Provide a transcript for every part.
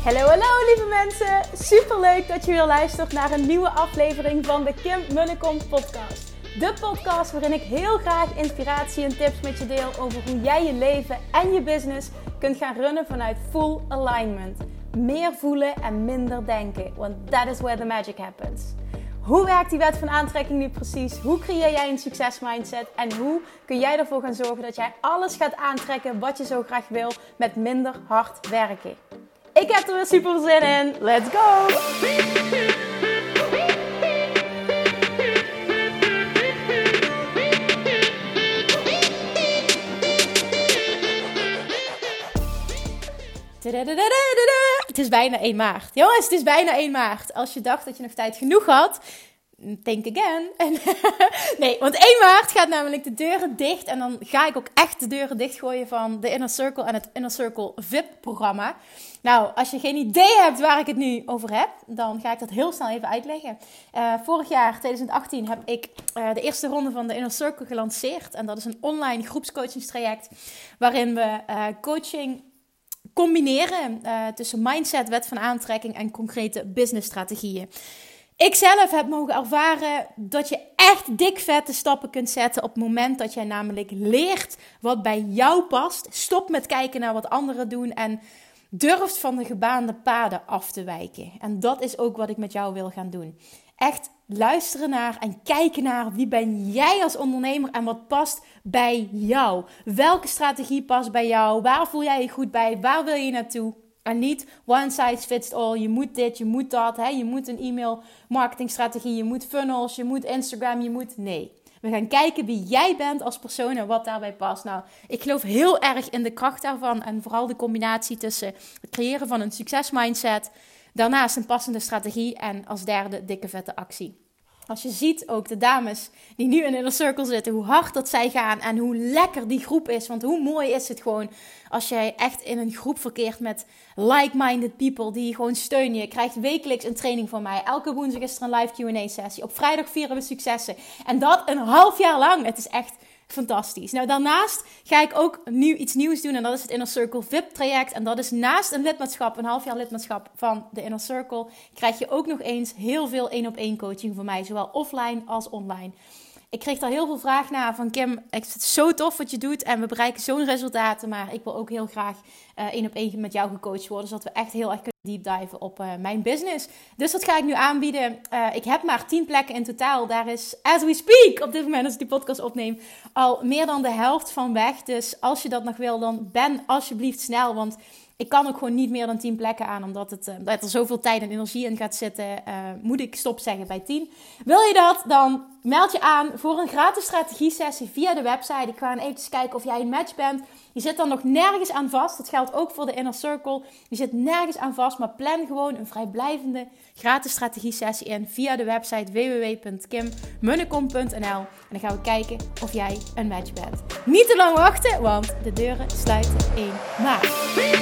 Hallo lieve mensen, superleuk dat je weer luistert naar een nieuwe aflevering van de Kim Munnekom podcast. De podcast waarin ik heel graag inspiratie en tips met je deel over hoe jij je leven en je business kunt gaan runnen vanuit full alignment. Meer voelen en minder denken, want that is where the magic happens. Hoe werkt die wet van aantrekking nu precies? Hoe creëer jij een succesmindset? En hoe kun jij ervoor gaan zorgen dat jij alles gaat aantrekken wat je zo graag wil met minder hard werken? Ik heb er weer super zin in. Let's go! Het is bijna 1 maart. Jongens, het is bijna 1 maart. Als je dacht dat je nog tijd genoeg had, think again. Nee, want 1 maart gaat namelijk de deuren dicht. En dan ga ik ook echt de deuren dichtgooien van de Inner Circle en het Inner Circle VIP-programma. Nou, als je geen idee hebt waar ik het nu over heb, dan ga ik dat heel snel even uitleggen. Vorig jaar, 2018, heb ik de eerste ronde van de Inner Circle gelanceerd. En dat is een online groepscoachingstraject waarin we coaching combineren tussen mindset, wet van aantrekking en concrete businessstrategieën. Ik zelf heb mogen ervaren dat je echt dik vette stappen kunt zetten op het moment dat jij namelijk leert wat bij jou past. Stop met kijken naar wat anderen doen en durft van de gebaande paden af te wijken. En dat is ook wat ik met jou wil gaan doen. Echt luisteren naar en kijken naar wie ben jij als ondernemer en wat past bij jou. Welke strategie past bij jou? Waar voel jij je goed bij? Waar wil je naartoe? En niet one size fits all. Je moet dit, je moet dat. Hè? Je moet een e-mail marketingstrategie. Je moet funnels, je moet Instagram, je moet... Nee. We gaan kijken wie jij bent als persoon en wat daarbij past. Nou, ik geloof heel erg in de kracht daarvan. En vooral de combinatie tussen het creëren van een succesmindset. Daarnaast een passende strategie. En als derde dikke vette actie. Als je ziet ook de dames die nu in Inner Circle zitten, hoe hard dat zij gaan en hoe lekker die groep is. Want hoe mooi is het gewoon als jij echt in een groep verkeert met like-minded people die je gewoon steunen. Je krijgt wekelijks een training van mij. Elke woensdag is er een live Q&A sessie. Op vrijdag vieren we successen. En dat een half jaar lang. Het is echt fantastisch. Nou, daarnaast ga ik ook iets nieuws doen en dat is het Inner Circle VIP traject. En dat is naast een lidmaatschap, een half jaar lidmaatschap van de Inner Circle, krijg je ook nog eens heel veel 1-op-1 coaching van mij, zowel offline als online. Ik kreeg daar heel veel vraag naar van Kim, ik vind het zo tof wat je doet en we bereiken zo'n resultaten, maar ik wil ook heel graag 1-op-1 met jou gecoacht worden, zodat we echt heel erg kunnen deepdiven op mijn business. Dus dat ga ik nu aanbieden. Ik heb maar 10 plekken in totaal. Daar is, as we speak, op dit moment als ik die podcast opneem, al meer dan de helft van weg. Dus als je dat nog wil, dan ben alsjeblieft snel, want ik kan ook gewoon niet meer dan 10 plekken aan, omdat dat er zoveel tijd en energie in gaat zitten, moet ik stop zeggen bij 10. Wil je dat, dan meld je aan voor een gratis strategie-sessie via de website. Ik ga even kijken of jij een match bent. Je zit dan nog nergens aan vast. Dat geldt ook voor de Inner Circle. Je zit nergens aan vast, maar plan gewoon een vrijblijvende gratis strategie-sessie in via de website www.kimmunnekom.nl. En dan gaan we kijken of jij een match bent. Niet te lang wachten, want de deuren sluiten 1 maart.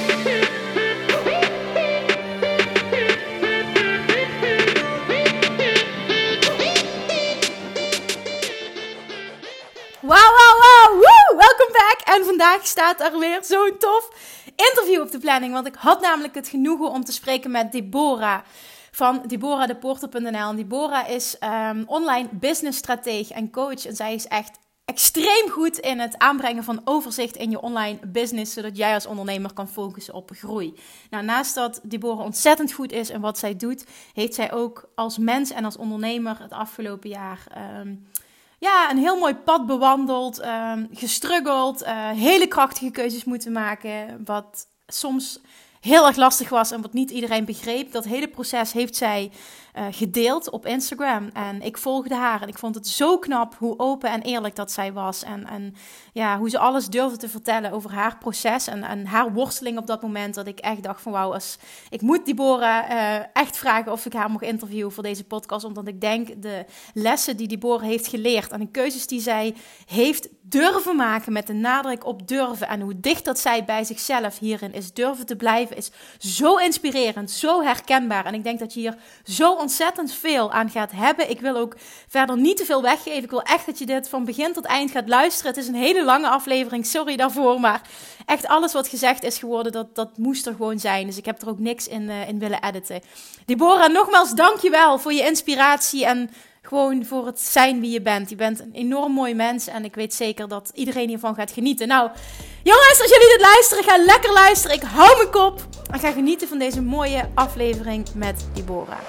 Wow, woe! Welkom back! En vandaag staat er weer zo'n tof interview op de planning. Want ik had namelijk het genoegen om te spreken met Deborah van DeborahDePorter.nl. En Deborah is online business strateeg en coach. En zij is echt extreem goed in het aanbrengen van overzicht in je online business, zodat jij als ondernemer kan focussen op groei. Nou, naast dat Deborah ontzettend goed is in wat zij doet, heeft zij ook als mens en als ondernemer het afgelopen jaar een heel mooi pad bewandeld, gestruggeld, hele krachtige keuzes moeten maken, wat soms heel erg lastig was en wat niet iedereen begreep. Dat hele proces heeft zij gedeeld op Instagram en ik volgde haar en ik vond het zo knap hoe open en eerlijk dat zij was en hoe ze alles durfde te vertellen over haar proces en haar worsteling op dat moment, dat ik echt dacht van wauw, ik moet Deborah echt vragen of ik haar mag interviewen voor deze podcast, omdat ik denk de lessen die Deborah heeft geleerd en de keuzes die zij heeft durven maken met de nadruk op durven en hoe dicht dat zij bij zichzelf hierin is durven te blijven, is zo inspirerend, zo herkenbaar en ik denk dat je hier zo ontzettend veel aan gaat hebben. Ik wil ook verder niet te veel weggeven. Ik wil echt dat je dit van begin tot eind gaat luisteren. Het is een hele lange aflevering, sorry daarvoor. Maar echt alles wat gezegd is geworden, dat moest er gewoon zijn. Dus ik heb er ook niks in willen editen. Deborah, nogmaals dankjewel voor je inspiratie en gewoon voor het zijn wie je bent. Je bent een enorm mooi mens en ik weet zeker dat iedereen hiervan gaat genieten. Nou, jongens, als jullie dit luisteren, ga lekker luisteren. Ik hou mijn kop en ga genieten van deze mooie aflevering met Deborah.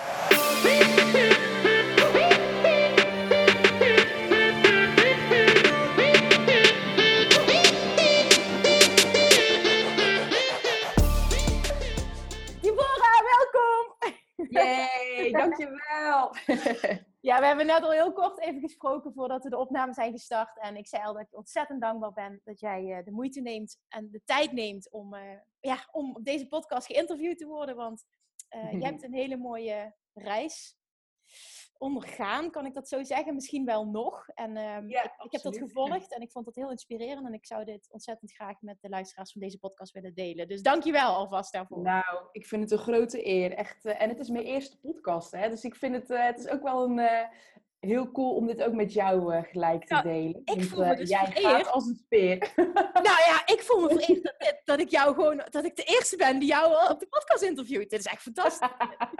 Deborah, welkom! Yay, dankjewel! Ja, we hebben net al heel kort even gesproken voordat we de opname zijn gestart. En ik zei al dat ik ontzettend dankbaar ben dat jij de moeite neemt en de tijd neemt om op deze podcast geïnterviewd te worden. Want je hebt een hele mooie reis ondergaan, kan ik dat zo zeggen? Misschien wel nog. En ik heb dat gevolgd en ik vond dat heel inspirerend. En ik zou dit ontzettend graag met de luisteraars van deze podcast willen delen. Dus dankjewel alvast daarvoor. Nou, ik vind het een grote eer. Echt, en het is mijn eerste podcast, hè? Dus ik vind het is ook wel een heel cool om dit ook met jou gelijk te delen. Ik voel me dus jij vereerd. gaat als een speer. Nou ja, ik voel me vereerd dat ik de eerste ben die jou op de podcast interviewt. Dit is echt fantastisch.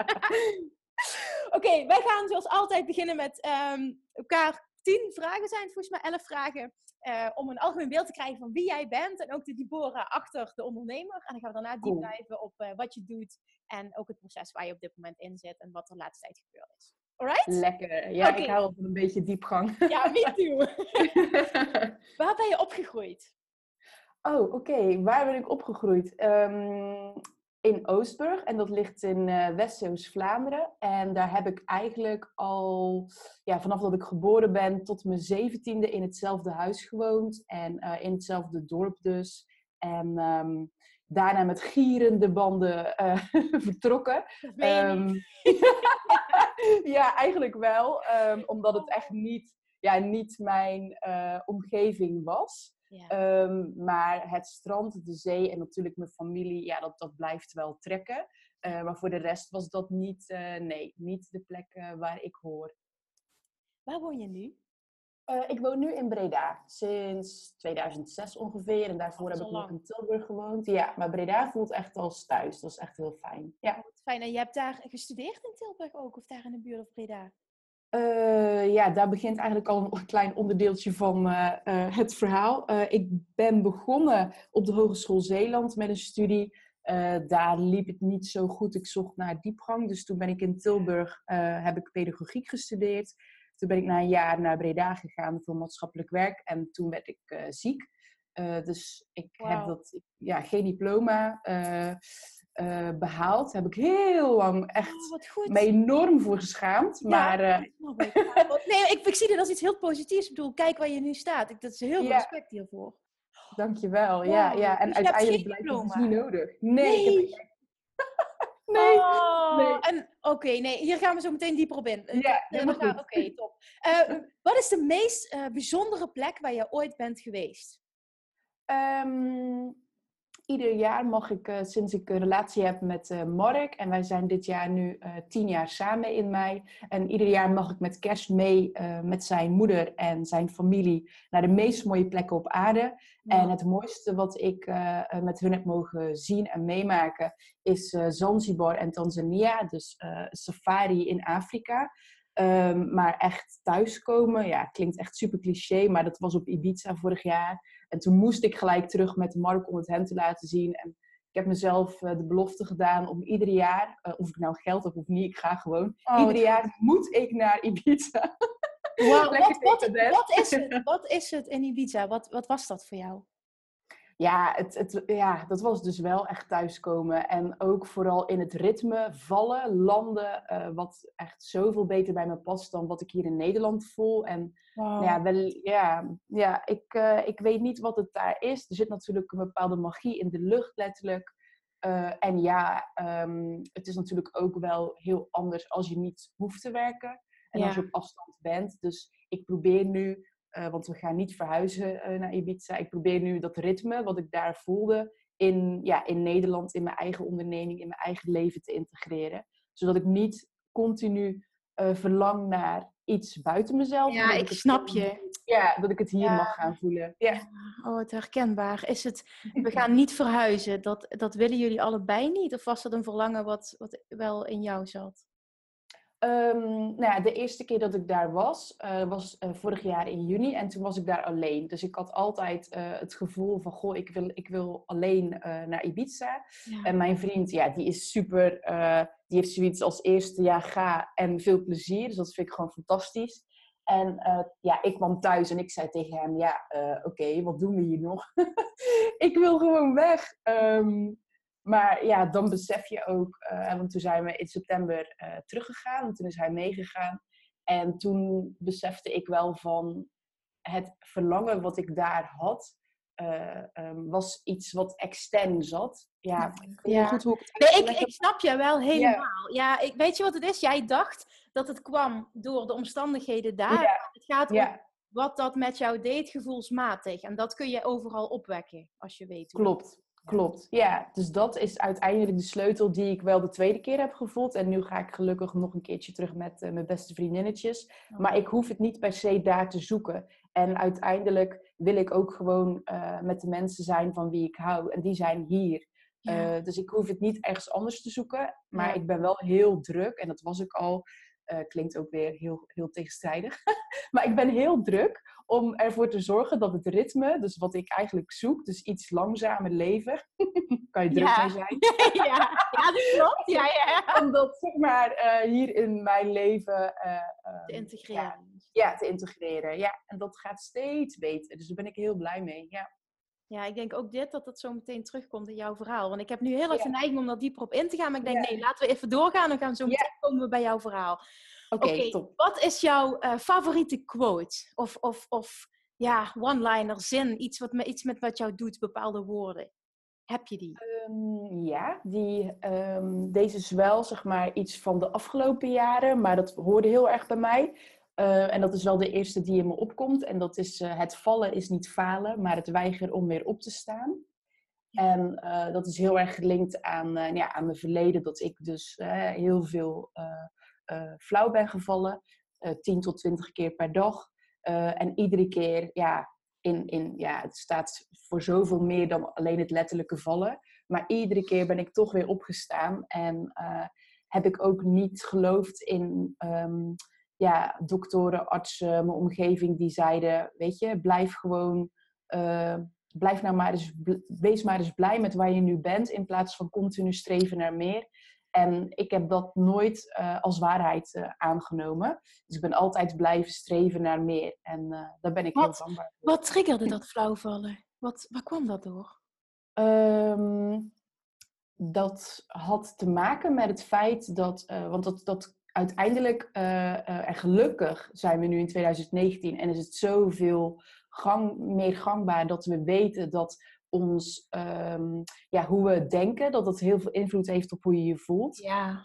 Oké, wij gaan zoals altijd beginnen met elkaar 10 vragen zijn. Volgens mij 11 vragen. Om een algemeen beeld te krijgen van wie jij bent. En ook de Deborah achter de ondernemer. En dan gaan we daarna diep diven op wat je doet. En ook het proces waar je op dit moment in zit. En wat er de laatste tijd gebeurd is. Alright? Lekker. Ja, okay. Ik hou van een beetje diepgang. Ja, me too. Waar ben je opgegroeid? Oh, oké. Waar ben ik opgegroeid? In Oostburg. En dat ligt in West-Zeeuws-Vlaanderen. En daar heb ik eigenlijk al, vanaf dat ik geboren ben tot mijn 17e in hetzelfde huis gewoond. En in hetzelfde dorp dus. En daarna met gierende banden vertrokken. Ja, eigenlijk wel. Omdat het echt niet mijn omgeving was. Ja. Maar het strand, de zee en natuurlijk mijn familie, dat blijft wel trekken. Maar voor de rest was dat niet de plek waar ik hoor. Waar woon je nu? Ik woon nu in Breda, sinds 2006 ongeveer. En daarvoor heb ik nog in Tilburg gewoond. Ja, maar Breda voelt echt als thuis. Dat is echt heel fijn. Ja. Oh, fijn. En je hebt daar gestudeerd in Tilburg ook? Of daar in de buurt of Breda? Daar begint eigenlijk al een klein onderdeeltje van het verhaal. Ik ben begonnen op de Hogeschool Zeeland met een studie. Daar liep het niet zo goed. Ik zocht naar diepgang. Dus toen ben ik in Tilburg, heb ik pedagogiek gestudeerd. Toen ben ik na een jaar naar Breda gegaan voor maatschappelijk werk. En toen werd ik ziek. Dus ik heb geen diploma behaald. Daar heb ik heel lang echt me enorm voor geschaamd. Maar, ik zie dit als iets heel positiefs. Ik bedoel, kijk waar je nu staat. Dat is heel veel respect hiervoor. Dankjewel. Wow. Ja. En dus uiteindelijk blijkt het dus niet nodig. Nee. Ik heb Nee. En hier gaan we zo meteen dieper op in. Oké, top. Wat is de meest bijzondere plek waar je ooit bent geweest? Ieder jaar mag ik, sinds ik een relatie heb met Mark, en wij zijn dit jaar nu 10 jaar samen in mei. En ieder jaar mag ik met kerst mee met zijn moeder en zijn familie naar de meest mooie plekken op aarde. Ja. En het mooiste wat ik met hun heb mogen zien en meemaken is Zanzibar en Tanzania. Dus safari in Afrika. Maar echt thuiskomen, klinkt echt super cliché, maar dat was op Ibiza vorig jaar. En toen moest ik gelijk terug met Mark om het hem te laten zien. En ik heb mezelf de belofte gedaan om ieder jaar, of ik nou geld heb of niet, ik ga gewoon. Ieder jaar moet ik naar Ibiza. Wow, wat is het in Ibiza? Wat was dat voor jou? Ja, dat was dus wel echt thuiskomen. En ook vooral in het ritme vallen, landen. Wat echt zoveel beter bij me past dan wat ik hier in Nederland voel. En ik weet niet wat het daar is. Er zit natuurlijk een bepaalde magie in de lucht, letterlijk. Het is natuurlijk ook wel heel anders als je niet hoeft te werken. En als je op afstand bent. Dus ik probeer nu... want we gaan niet verhuizen naar Ibiza. Ik probeer nu dat ritme, wat ik daar voelde, in Nederland, in mijn eigen onderneming, in mijn eigen leven te integreren. Zodat ik niet continu verlang naar iets buiten mezelf. Maar Ja, dat ik ik het snap gewoon je. dat ik het hier mag Ja, gaan voelen. ja. Ja. Oh, het herkenbaar. We gaan niet verhuizen. Dat willen jullie allebei niet? Of was dat een verlangen wat wel in jou zat? Nou ja, de eerste keer dat ik daar was vorig jaar in juni. En toen was ik daar alleen. Dus ik had altijd het gevoel van, goh, ik wil alleen naar Ibiza. Ja. En mijn vriend, ja, die is super. Die heeft zoiets als eerste, ja, ga en veel plezier. Dus dat vind ik gewoon fantastisch. En ja, ik kwam thuis en ik zei tegen hem, ja, oké, wat doen we hier nog? Ik wil gewoon weg. Maar ja, dan besef je ook, want toen zijn we in september teruggegaan en toen is hij meegegaan. En toen besefte ik wel van het verlangen wat ik daar had, was iets wat extern zat. Ja, ik weet niet Ja. goed hoe ik het uit Nee, te leggen. ik snap je wel Ja, helemaal. Ja, weet je wat het is? Jij dacht dat het kwam door de omstandigheden daar. ja, Maar het gaat om ja. wat dat met jou deed gevoelsmatig. En dat kun je overal opwekken, als je weet hoe dat... Klopt, klopt. Ja, dus dat is uiteindelijk de sleutel die ik wel de tweede keer heb gevoeld. En nu ga ik gelukkig nog een keertje terug met mijn beste vriendinnetjes. Maar ik hoef het niet per se daar te zoeken. En uiteindelijk wil ik ook gewoon met de mensen zijn van wie ik hou. En die zijn hier. Ja. Dus ik hoef het niet ergens anders te zoeken. Maar Ja. ik ben wel heel druk. En dat was ik al. Klinkt ook weer heel, heel tegenstrijdig. Maar ik ben heel druk om ervoor te zorgen dat het ritme, dus wat ik eigenlijk zoek, dus iets langzamer leven, kan je druk mee zijn. Ja, dat klopt. Ja. Om dat zeg maar hier in mijn leven Te integreren. te integreren. Ja, en dat gaat steeds beter. Dus daar ben ik heel blij mee. Ja, Ja, ik denk ook dat het zo meteen terugkomt in jouw verhaal. Want ik heb nu heel even ja, neiging om daar dieper op in te gaan. Maar ik denk, ja. nee, laten we even doorgaan. Dan gaan we zo meteen komen we bij jouw verhaal. Oké, Oké, top. wat is jouw favoriete quote? Of ja, one-liner, zin, iets met wat jou doet, bepaalde woorden. Heb je die? Ja, deze is wel zeg maar iets van de afgelopen jaren, maar dat hoorde heel erg bij mij. En dat is wel de eerste die in me opkomt. En dat is het vallen is niet falen, maar het weigeren om weer op te staan. En dat is heel erg gelinkt aan mijn verleden, dat ik dus heel veel flauw ben gevallen. 10 tot 20 keer per dag. En iedere keer, het staat voor zoveel meer dan alleen het letterlijke vallen. Maar iedere keer ben ik toch weer opgestaan. En heb ik ook niet geloofd in doktoren, artsen, mijn omgeving die zeiden, weet je, blijf gewoon... Blijf nou maar eens, wees maar eens blij met waar je nu bent, in plaats van continu streven naar meer. En ik heb dat nooit als waarheid aangenomen. Dus ik ben altijd blijven streven naar meer. En daar ben ik heel dankbaar voor. Wat triggerde dat flauwvallen? Waar kwam dat door? Dat had te maken met het feit dat... want dat uiteindelijk... en gelukkig zijn we nu in 2019... en is het zoveel meer gangbaar dat we weten dat hoe we denken, dat dat heel veel invloed heeft op hoe je je voelt. Ja.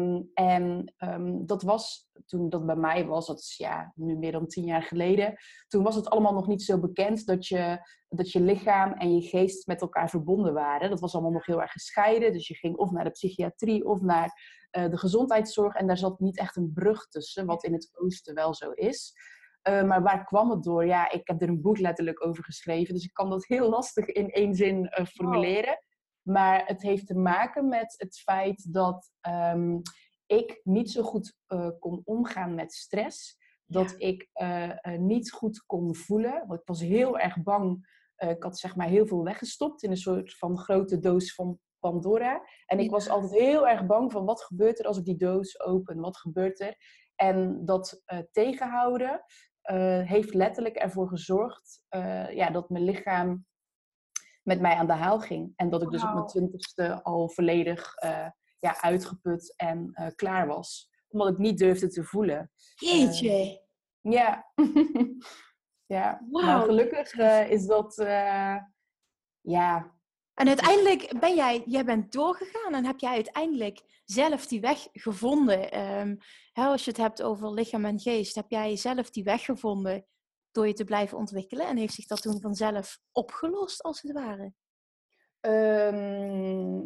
Dat was, toen dat bij mij was, dat is nu meer dan 10 jaar geleden, toen was het allemaal nog niet zo bekend dat je lichaam en je geest met elkaar verbonden waren. Dat was allemaal nog heel erg gescheiden, dus je ging of naar de psychiatrie of naar de gezondheidszorg en daar zat niet echt een brug tussen, wat in het oosten wel zo is. Maar waar kwam het door? Ja, ik heb er een boek letterlijk over geschreven. Dus ik kan dat heel lastig in één zin formuleren. Oh. Maar het heeft te maken met het feit dat ik niet zo goed kon omgaan met stress. Dat ik niet goed kon voelen. Want ik was heel erg bang. Ik had zeg maar heel veel weggestopt in een soort van grote doos van Pandora. En ik was altijd heel erg bang van wat gebeurt er als ik die doos open? Wat gebeurt er? En dat tegenhouden heeft letterlijk ervoor gezorgd dat mijn lichaam met mij aan de haal ging. En dat ik dus op mijn 20ste al volledig uitgeput en klaar was. Omdat ik niet durfde te voelen. Jeetje! Ja. Ja. Wow. Maar gelukkig is dat... En uiteindelijk jij bent doorgegaan en heb jij uiteindelijk zelf die weg gevonden. Als je het hebt over lichaam en geest, heb jij zelf die weg gevonden door je te blijven ontwikkelen? En heeft zich dat toen vanzelf opgelost, als het ware?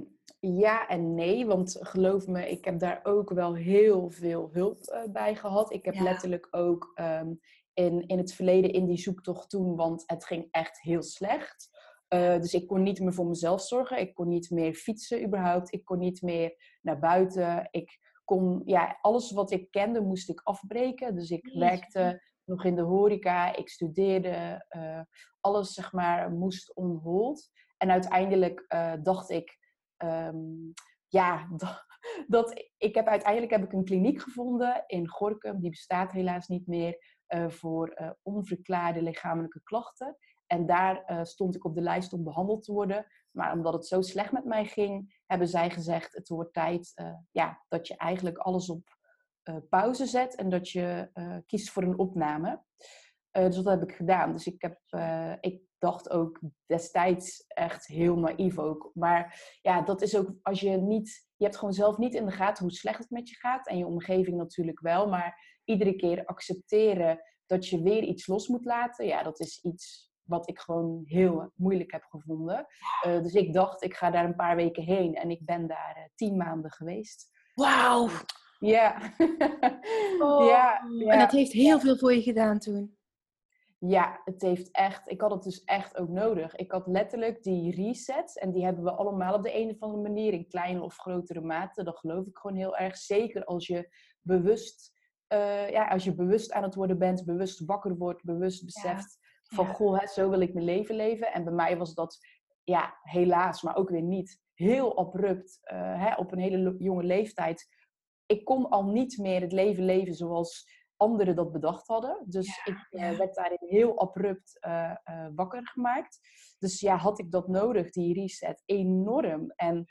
Ja en nee, want geloof me, ik heb daar ook wel heel veel hulp bij gehad. Ik heb Ja. letterlijk ook in het verleden in die zoektocht toen, want het ging echt heel slecht. Dus ik kon niet meer voor mezelf zorgen. Ik kon niet meer fietsen überhaupt. Ik kon niet meer naar buiten. Ik kon, ja, alles wat ik kende moest ik afbreken. Dus ik Jeetje. werkte nog in de horeca. Ik studeerde. Alles, zeg maar, moest on hold. En uiteindelijk dacht ik... ja, uiteindelijk heb ik een kliniek gevonden in Gorinchem. Die bestaat helaas niet meer voor onverklaarde lichamelijke klachten. En daar stond ik op de lijst om behandeld te worden. Maar omdat het zo slecht met mij ging, hebben zij gezegd: het wordt tijd dat je eigenlijk alles op pauze zet en dat je kiest voor een opname. Dus dat heb ik gedaan. Dus ik dacht ook destijds echt heel naïef ook. Maar ja, dat is ook als je hebt gewoon zelf niet in de gaten hoe slecht het met je gaat. En je omgeving natuurlijk wel. Maar iedere keer accepteren dat je weer iets los moet laten. Ja, dat is iets wat ik gewoon heel moeilijk heb gevonden. Dus ik dacht, ik ga daar een paar weken heen. En ik ben daar 10 maanden geweest. Wauw. Ja. Oh, Ja, en dat ja. heeft heel veel voor je gedaan toen. Ja, het heeft echt... Ik had het dus echt ook nodig. Ik had letterlijk die resets. En die hebben we allemaal op de een of andere manier. In kleine of grotere mate. Dat geloof ik gewoon heel erg. Zeker als je als je bewust aan het worden bent. Bewust wakker wordt. Bewust Ja, beseft van... ja. Goh, zo wil ik mijn leven leven. En bij mij was dat... Ja, helaas, maar ook weer niet. Heel abrupt. Op een hele jonge leeftijd. Ik kon al niet meer het leven leven zoals anderen dat bedacht hadden. Dus ik Ja. werd daarin heel abrupt wakker gemaakt. Dus ja, had ik dat nodig, die reset, enorm. En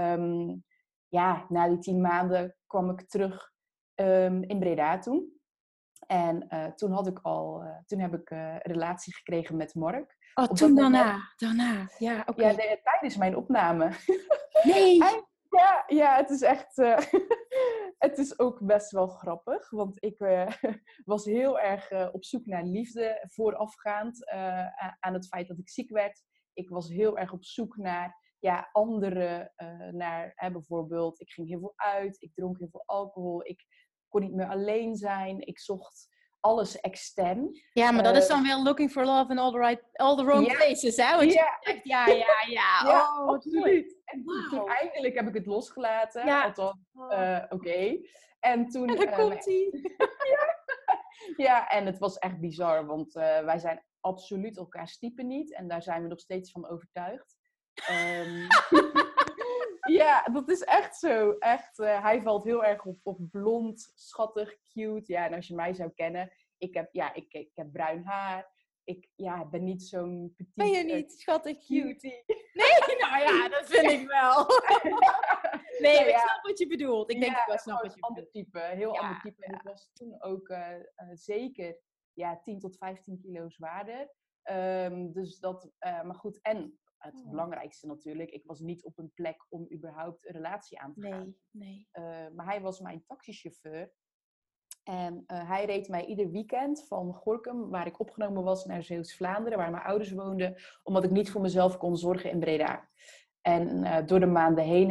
na die 10 maanden kwam ik terug in Breda toen. En toen heb ik een relatie gekregen met Mark. Oh, Op dat toen moment, daarna. Ja, ja, oké. tijdens mijn opname. Nee. Ja, het is echt... het is ook best wel grappig. Want ik was heel erg op zoek naar liefde voorafgaand aan het feit dat ik ziek werd. Ik was heel erg op zoek naar anderen. Bijvoorbeeld, ik ging heel veel uit. Ik dronk heel veel alcohol. Ik kon niet meer alleen zijn. Ik zocht alles extern. Ja, maar dat is dan wel looking for love in all the wrong Ja, places, hè? Want je ja, zegt ja. ja, Oh, wat mooi. absoluut. En toen Wauw. eindelijk heb ik het losgelaten. Ja. Althans, Oh. oké. En En toen... dan komt hij. ja, en het was echt bizar. Want wij zijn absoluut elkaars type niet. En daar zijn we nog steeds van overtuigd. Ehm, ja, dat is echt zo. Echt, hij valt heel erg op blond, schattig, cute. Ja, en als je mij zou kennen... Ik heb bruin haar. Ik ben niet zo'n Ben je petit niet schattig cute? cutie. Nee, nou ja, dat vind ik wel. Nee, Nou maar ik ja, snap wat je bedoelt. Ik denk dat ik wel snap gewoon wat je een ander bedoelt. type. Heel ander Ja, type. En ja. ik was toen ook zeker 10 tot 15 kilo zwaarder. Dus dat... maar goed, en het Oh. belangrijkste natuurlijk. Ik was niet op een plek om überhaupt een relatie aan te gaan. Nee. Maar hij was mijn taxichauffeur. En hij reed mij ieder weekend van Gorinchem, waar ik opgenomen was, naar Zeeuws-Vlaanderen, waar mijn ouders woonden, omdat ik niet voor mezelf kon zorgen in Breda. En door de maanden heen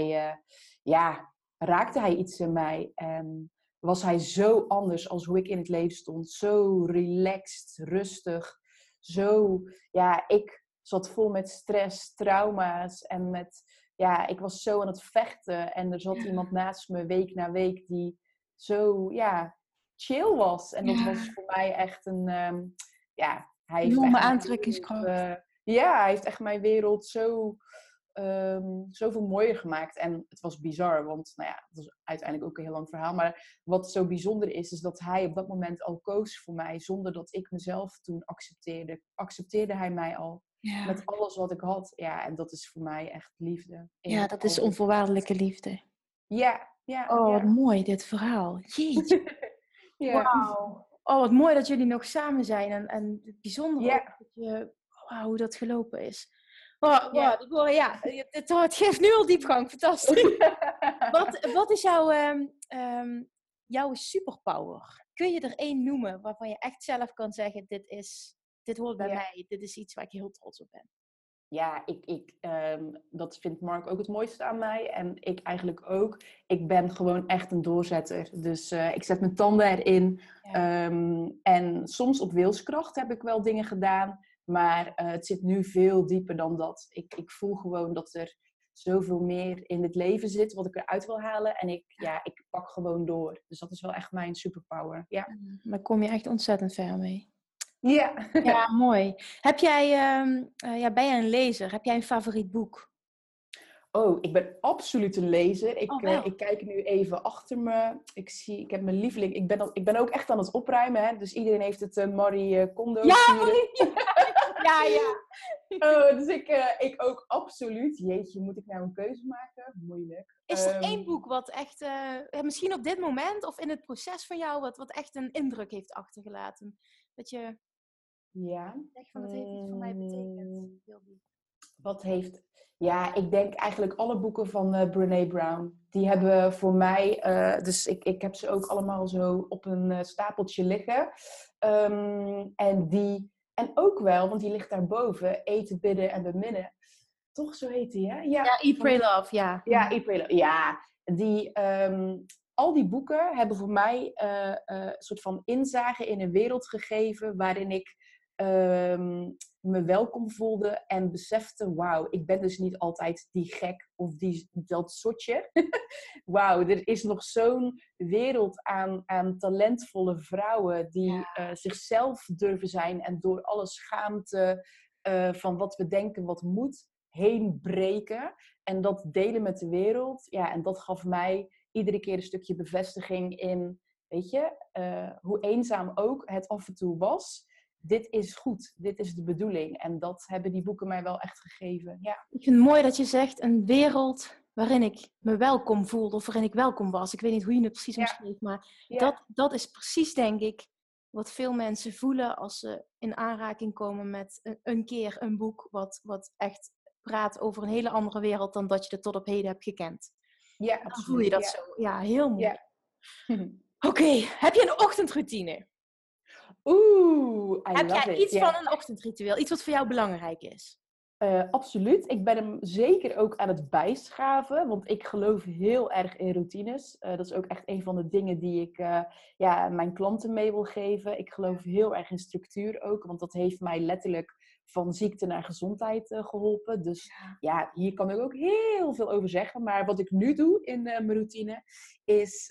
raakte hij iets in mij. En was hij zo anders als hoe ik in het leven stond. Zo relaxed, rustig. Ik zat vol met stress, trauma's en ik was zo aan het vechten. En er zat iemand naast me week na week die zo, chill was. En dat was voor mij echt hij heeft Enorme echt mijn wereld, aantrekkingskracht. hij heeft echt mijn wereld zoveel mooier gemaakt. En het was bizar, want het was uiteindelijk ook een heel lang verhaal. Maar wat zo bijzonder is dat hij op dat moment al koos voor mij, zonder dat ik mezelf toen accepteerde. Accepteerde hij mij al Ja. met alles wat ik had. Ja, en dat is voor mij echt liefde. Ja, dat is onvoorwaardelijke liefde. Ja. Oh, wat mooi dit verhaal. Jeetje. Ja. Wauw. Oh, wat mooi dat jullie nog samen zijn. En het bijzondere ook dat hoe dat gelopen is. Het geeft nu al diepgang. Fantastisch. Wat is jouw superpower? Kun je er één noemen waarvan je echt zelf kan zeggen, dit hoort bij Ja. mij. Dit is iets waar ik heel trots op ben. Ja, dat vindt Mark ook het mooiste aan mij. En ik eigenlijk ook. Ik ben gewoon echt een doorzetter. Dus ik zet mijn tanden erin. Ja. En soms op wilskracht heb ik wel dingen gedaan. Maar het zit nu veel dieper dan dat. Ik voel gewoon dat er zoveel meer in het leven zit wat ik eruit wil halen. En ik pak gewoon door. Dus dat is wel echt mijn superpower. Ja. Daar kom je echt ontzettend ver mee. Ja. Ja, mooi. Heb jij, ben jij een lezer? Heb jij een favoriet boek? Oh, ik ben absoluut een lezer. Oh, wel. Ik kijk nu even achter me. Ik heb mijn lieveling. Ik ben ook echt aan het opruimen. Hè? Dus iedereen heeft het Marie Kondo Ja, serie. ja, ja. Dus ik ook absoluut. Jeetje, moet ik nou een keuze maken? Moeilijk. Is er één boek wat echt, misschien op dit moment of in het proces van jou, wat echt een indruk heeft achtergelaten? Dat je Ja. zegt van, dat heeft iets voor mij betekend. Heel diep. Wat heeft... Ja, ik denk eigenlijk alle boeken van Brené Brown. Die hebben voor mij... dus ik heb ze ook allemaal zo op een stapeltje liggen. En ook wel, want die ligt daarboven. Eten, bidden en beminnen. Toch zo heet die, hè? Ja, Ja, Eat, Pray, Love, ja. ja, ja, al die boeken hebben voor mij een soort van inzage in een wereld gegeven waarin ik me welkom voelde en besefte, wauw, ik ben dus niet altijd die gek of dat zotje. Wauw, er is nog zo'n wereld aan talentvolle vrouwen die zichzelf durven zijn en door alle schaamte van wat we denken wat moet heen breken. En dat delen met de wereld. Ja, en dat gaf mij iedere keer een stukje bevestiging in, weet je, hoe eenzaam ook het af en toe was. Dit is goed, dit is de bedoeling. En dat hebben die boeken mij wel echt gegeven. Ja. Ik vind het mooi dat je zegt, een wereld waarin ik me welkom voelde of waarin ik welkom was. Ik weet niet hoe je het precies omschreef, maar dat is precies, denk ik, wat veel mensen voelen als ze in aanraking komen met een keer een boek wat echt praat over een hele andere wereld dan dat je er tot op heden hebt gekend. Ja, Dan absoluut. voel je dat zo. Ja, heel mooi. Ja. Oké, heb je een ochtendroutine? Heb jij iets van een ochtendritueel? Iets wat voor jou belangrijk is? Absoluut. Ik ben hem zeker ook aan het bijschaven, want ik geloof heel erg in routines. Dat is ook echt een van de dingen die ik mijn klanten mee wil geven. Ik geloof heel erg in structuur ook, want dat heeft mij letterlijk van ziekte naar gezondheid geholpen. Dus ja, hier kan ik ook heel veel over zeggen. Maar wat ik nu doe in mijn routine is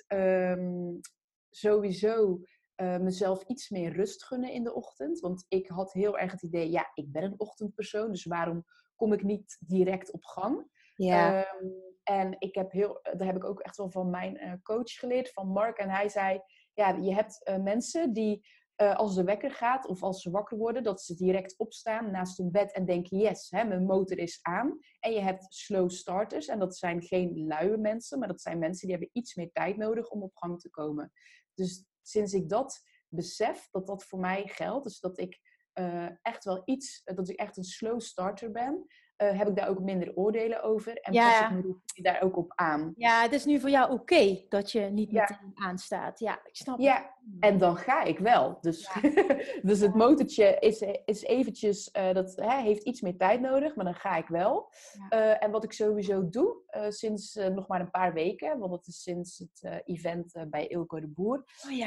sowieso mezelf iets meer rust gunnen in de ochtend. Want ik had heel erg het idee, ja, ik ben een ochtendpersoon, dus waarom kom ik niet direct op gang? Ja. En daar heb ik ook echt wel van mijn coach geleerd, van Mark. En hij zei, ja, je hebt mensen die als de wekker gaat of als ze wakker worden, dat ze direct opstaan naast hun bed en denken, yes, hè, mijn motor is aan. En je hebt slow starters en dat zijn geen luie mensen, maar dat zijn mensen die hebben iets meer tijd nodig om op gang te komen. Dus sinds ik dat besef, dat dat voor mij geldt, dus dat ik dat ik echt een slow starter ben, heb ik daar ook minder oordelen over en pas ik mijn routine daar ook op aan. Ja, het is nu voor jou oké dat je niet meteen aanstaat. Ja, ik snap het. Ja, en dan ga ik wel. Dus, dus het motortje is eventjes, heeft iets meer tijd nodig, maar dan ga ik wel. Ja. En wat ik sowieso doe, sinds nog maar een paar weken, want dat is sinds het event bij Ilko de Boer,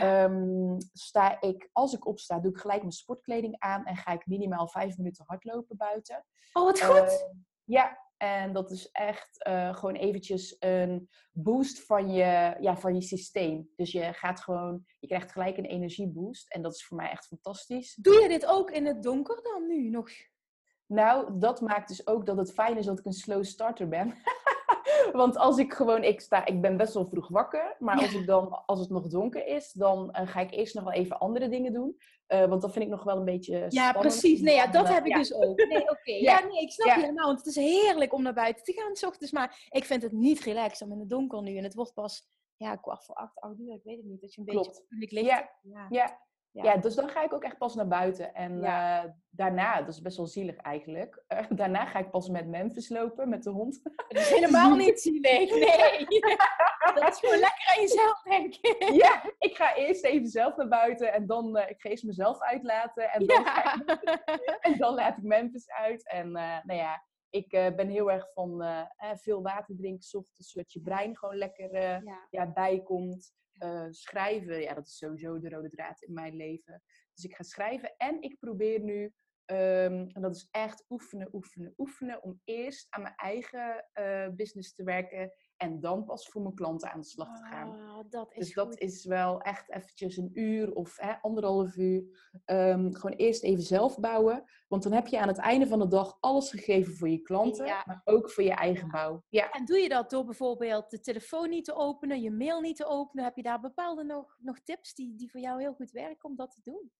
als ik opsta, doe ik gelijk mijn sportkleding aan en ga ik minimaal 5 minuten hardlopen buiten. Oh, wat goed! Ja, en dat is echt gewoon eventjes een boost van je systeem. Dus je krijgt gelijk een energieboost. En dat is voor mij echt fantastisch. Doe je dit ook in het donker dan nu nog? Nou, dat maakt dus ook dat het fijn is dat ik een slow starter ben. Want als ik ik ben best wel vroeg wakker. Maar als het nog donker is, dan ga ik eerst nog wel even andere dingen doen. Want dat vind ik nog wel een beetje spannend. Ja, precies. Nee, dat heb ik dus ook. Nee, oké. Ja, nee, ik snap je helemaal. Want het is heerlijk om naar buiten te gaan 's ochtends. Maar ik vind het niet relaxed om in het donker nu. En het wordt pas 7:15, 8 uur. Ik weet het niet. Dat je een beetje Klopt. Ja. Ja, dus dan ga ik ook echt pas naar buiten. En Ja. daarna, dat is best wel zielig eigenlijk. Daarna ga ik pas met Memphis lopen, met de hond. Het is Dus helemaal die- niet zielig, nee. Dat is gewoon lekker aan jezelf, denk ik. Ja, ik ga eerst even zelf naar buiten en dan ik ga eerst mezelf uitlaten. En dan, Ja. en dan laat ik Memphis uit. En nou ja, ik ben heel erg van veel water drinken 's ochtends, zodat je brein gewoon lekker Ja. bijkomt. Schrijven, ja, dat is sowieso de rode draad in mijn leven. Dus ik ga schrijven en ik probeer nu, en dat is echt oefenen, oefenen, oefenen, om eerst aan mijn eigen business te werken en dan pas voor mijn klanten aan de slag te gaan. Oh, dat is Dus dat goed. is wel echt eventjes een uur of 1,5 uur. Gewoon eerst even zelf bouwen. Want dan heb je aan het einde van de dag alles gegeven voor je klanten. Ja. Maar ook voor je eigen bouw. Ja. En doe je dat door bijvoorbeeld de telefoon niet te openen, je mail niet te openen? Heb je daar bepaalde nog tips die voor jou heel goed werken om dat te doen?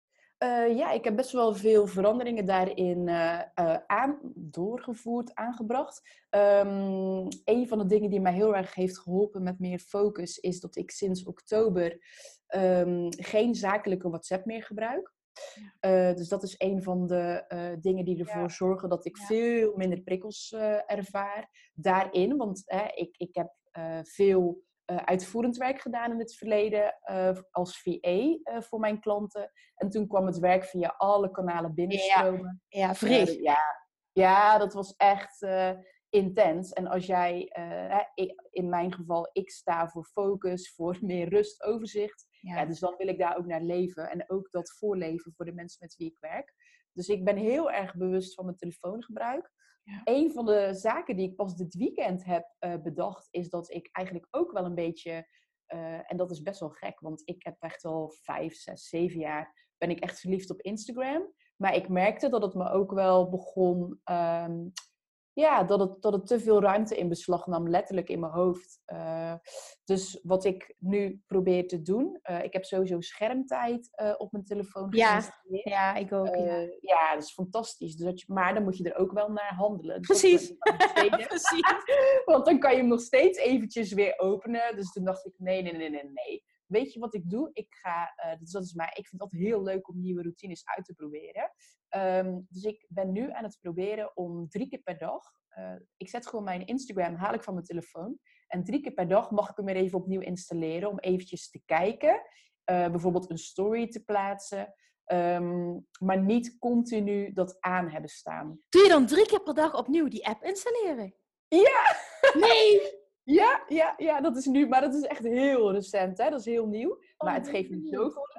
Ja, ik heb best wel veel veranderingen daarin doorgevoerd, aangebracht. Een van de dingen die mij heel erg heeft geholpen met meer focus is dat ik sinds oktober geen zakelijke WhatsApp meer gebruik. Dus dat is een van de dingen die ervoor zorgen dat ik Ja. veel minder prikkels ervaar daarin. Want ik heb veel uitvoerend werk gedaan in het verleden als VA voor mijn klanten. En toen kwam het werk via alle kanalen binnenstromen. Ja, vreselijk. Ja, dat was echt intens. En als jij, in mijn geval, ik sta voor focus, voor meer rust, overzicht. Ja, dus dan wil ik daar ook naar leven. En ook dat voorleven voor de mensen met wie ik werk. Dus ik ben heel erg bewust van mijn telefoongebruik. Ja. Een van de zaken die ik pas dit weekend heb bedacht, is dat ik eigenlijk ook wel een beetje, en dat is best wel gek, want ik heb echt al 5, 6, 7 jaar, ben ik echt verliefd op Instagram. Maar ik merkte dat het me ook wel begon, dat het te veel ruimte in beslag nam, letterlijk in mijn hoofd. Dus wat ik nu probeer te doen, ik heb sowieso schermtijd op mijn telefoon geïnstalleerd. Ja, ik ook. Ja, dat is fantastisch. Dus maar dan moet je er ook wel naar handelen. Dus Precies. dat ben ik aan het besteden. Precies. Want dan kan je hem nog steeds eventjes weer openen. Dus toen dacht ik, nee. Weet je wat ik doe? Dus dat is ik vind het altijd heel leuk om nieuwe routines uit te proberen. Dus ik ben nu aan het proberen om 3 keer per dag. Ik zet gewoon mijn Instagram, haal ik van mijn telefoon. En 3 keer per dag mag ik hem weer even opnieuw installeren. Om eventjes te kijken. Bijvoorbeeld een story te plaatsen. Maar niet continu dat aan hebben staan. Doe je dan 3 keer per dag opnieuw die app installeren? Ja! Nee! Ja, dat is nu, maar dat is echt heel recent, hè? Dat is heel nieuw. Maar het geeft me zoveel.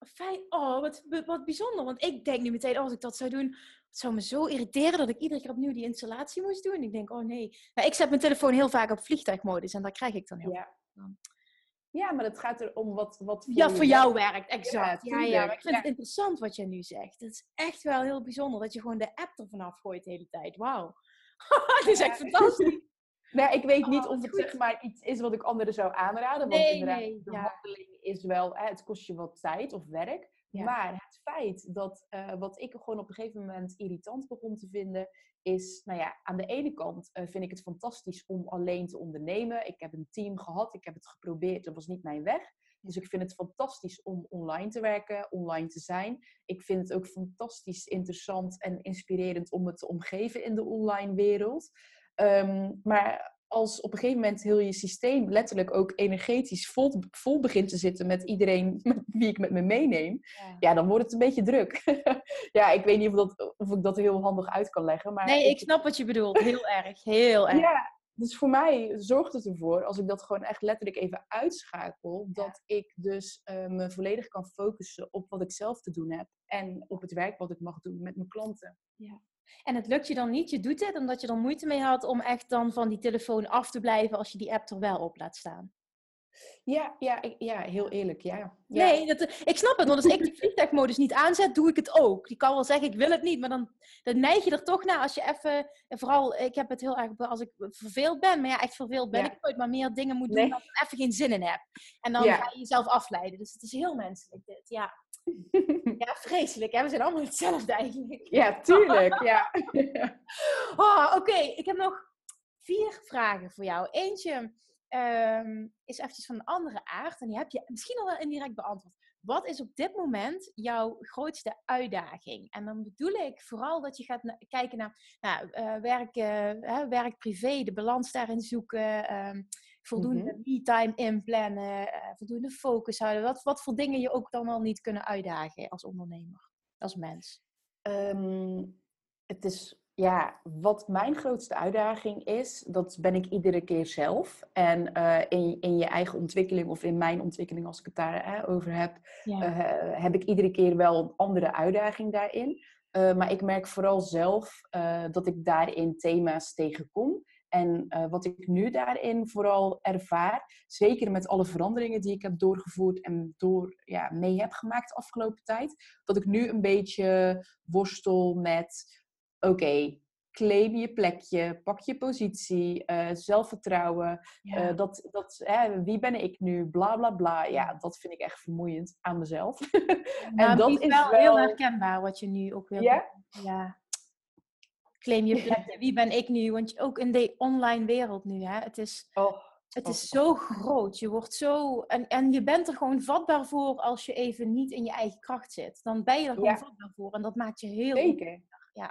Wat bijzonder. Want ik denk nu meteen, als ik dat zou doen, het zou me zo irriteren dat ik iedere keer opnieuw die installatie moest doen. Ik denk, oh nee. Maar ik zet mijn telefoon heel vaak op vliegtuigmodus en daar krijg ik dan heel veel. Ja, maar het gaat erom wat voor jou werkt, exact. Ja, Ja, maar ik vind het interessant wat jij nu zegt. Het is echt wel heel bijzonder dat je gewoon de app er vanaf gooit de hele tijd. Wauw. Dat is echt fantastisch. Nou, ik weet niet of het zeg maar iets is wat ik anderen zou aanraden. Want inderdaad, de handeling is wel, het kost je wat tijd of werk. Ja. Maar het feit dat, wat ik gewoon op een gegeven moment irritant begon te vinden, is, aan de ene kant vind ik het fantastisch om alleen te ondernemen. Ik heb een team gehad, ik heb het geprobeerd, dat was niet mijn weg. Dus ik vind het fantastisch om online te werken, online te zijn. Ik vind het ook fantastisch interessant en inspirerend om het te omgeven in de online wereld. Maar als op een gegeven moment heel je systeem letterlijk ook energetisch vol begint te zitten met iedereen met wie ik met me meeneem, dan wordt het een beetje druk. Ja, ik weet niet of ik dat heel handig uit kan leggen. Maar nee, ik snap wat je bedoelt. Heel erg, heel erg. Ja, dus voor mij zorgt het ervoor, als ik dat gewoon echt letterlijk even uitschakel, dat ik dus me volledig kan focussen op wat ik zelf te doen heb en op het werk wat ik mag doen met mijn klanten. Ja. En het lukt je dan niet, je doet het omdat je er moeite mee had om echt dan van die telefoon af te blijven als je die app er wel op laat staan. Ja, heel eerlijk, ja. Nee, ik snap het, want als ik die vliegtuigmodus niet aanzet, doe ik het ook. Die kan wel zeggen, ik wil het niet, maar dan neig je er toch naar als je even, en vooral, ik heb het heel erg, als ik verveeld ben, maar echt verveeld ben ik nooit, maar meer dingen moet doen waar ik even geen zin in heb. En dan ga je jezelf afleiden, dus het is heel menselijk dit, ja. Ja, vreselijk, hè? We zijn allemaal hetzelfde eigenlijk. Ja, tuurlijk, ja. Oké, ik heb nog 4 vragen voor jou. Eentje is eventjes van een andere aard en die heb je misschien al wel indirect beantwoord. wat is op dit moment jouw grootste uitdaging? En dan bedoel ik vooral dat je gaat kijken naar werk, privé, de balans daarin zoeken, voldoende me-time inplannen, voldoende focus houden. Wat voor dingen je ook dan al niet kunnen uitdagen als ondernemer, als mens? Het is, wat mijn grootste uitdaging is, dat ben ik iedere keer zelf. En in je eigen ontwikkeling of in mijn ontwikkeling, als ik het daar over heb, heb ik iedere keer wel een andere uitdaging daarin. Maar ik merk vooral zelf dat ik daarin thema's tegenkom. En wat ik nu daarin vooral ervaar, zeker met alle veranderingen die ik heb doorgevoerd en mee heb gemaakt de afgelopen tijd, dat ik nu een beetje worstel met, oké, claim je plekje, pak je positie, zelfvertrouwen. Wie ben ik nu? Bla bla bla. Ja, dat vind ik echt vermoeiend aan mezelf. Nou, en dat is wel heel herkenbaar wat je nu ook wil. Ja. Claim je plekje. Wie ben ik nu? Want ook in de online wereld nu, hè. Het is zo groot. Je wordt zo... En je bent er gewoon vatbaar voor als je even niet in je eigen kracht zit. Dan ben je er gewoon vatbaar voor. En dat maakt je heel... Zeker.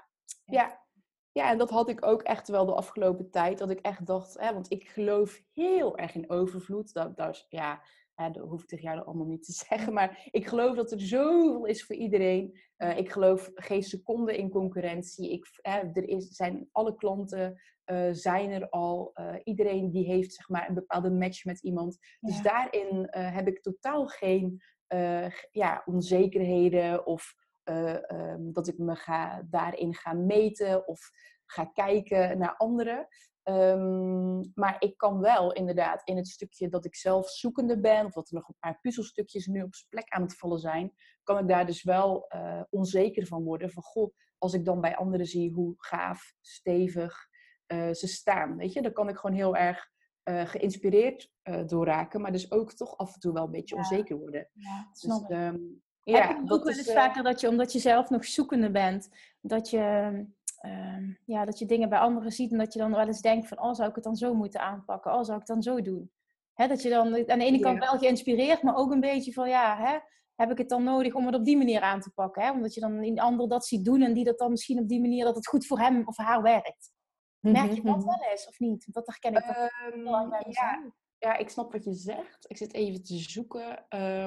Ja, en dat had ik ook echt wel de afgelopen tijd. Dat ik echt dacht, want ik geloof heel erg in overvloed. Dat hoef ik tegen jou allemaal niet te zeggen. Maar ik geloof dat er zoveel is voor iedereen. Ik geloof geen seconde in concurrentie. Alle klanten zijn er al. Iedereen die heeft zeg maar een bepaalde match met iemand. Ja. Dus daarin heb ik totaal geen onzekerheden of... dat ik me daarin ga meten of ga kijken naar anderen. Maar ik kan wel inderdaad in het stukje dat ik zelf zoekende ben, of dat er nog een paar puzzelstukjes nu op zijn plek aan het vallen zijn, kan ik daar dus wel onzeker van worden. Van goh, als ik dan bij anderen zie hoe gaaf, stevig ze staan. Weet je, dan kan ik gewoon heel erg geïnspireerd door raken, maar dus ook toch af en toe wel een beetje onzeker worden. Ja, dus, heb je ook wel eens vaker dat je, omdat je zelf nog zoekende bent, dat je dingen bij anderen ziet en dat je dan wel eens denkt van, zou ik het dan zo moeten aanpakken? Zou ik het dan zo doen? Hè, dat je dan aan de ene kant wel geïnspireerd, maar ook een beetje van, heb ik het dan nodig om het op die manier aan te pakken? Hè? Omdat je dan een ander dat ziet doen en die dat dan misschien op die manier, dat het goed voor hem of haar werkt. Merk je dat wel eens of niet? Dat herken ik wel heel erg bij mezelf. Ja, ik snap wat je zegt. Ik zit even te zoeken.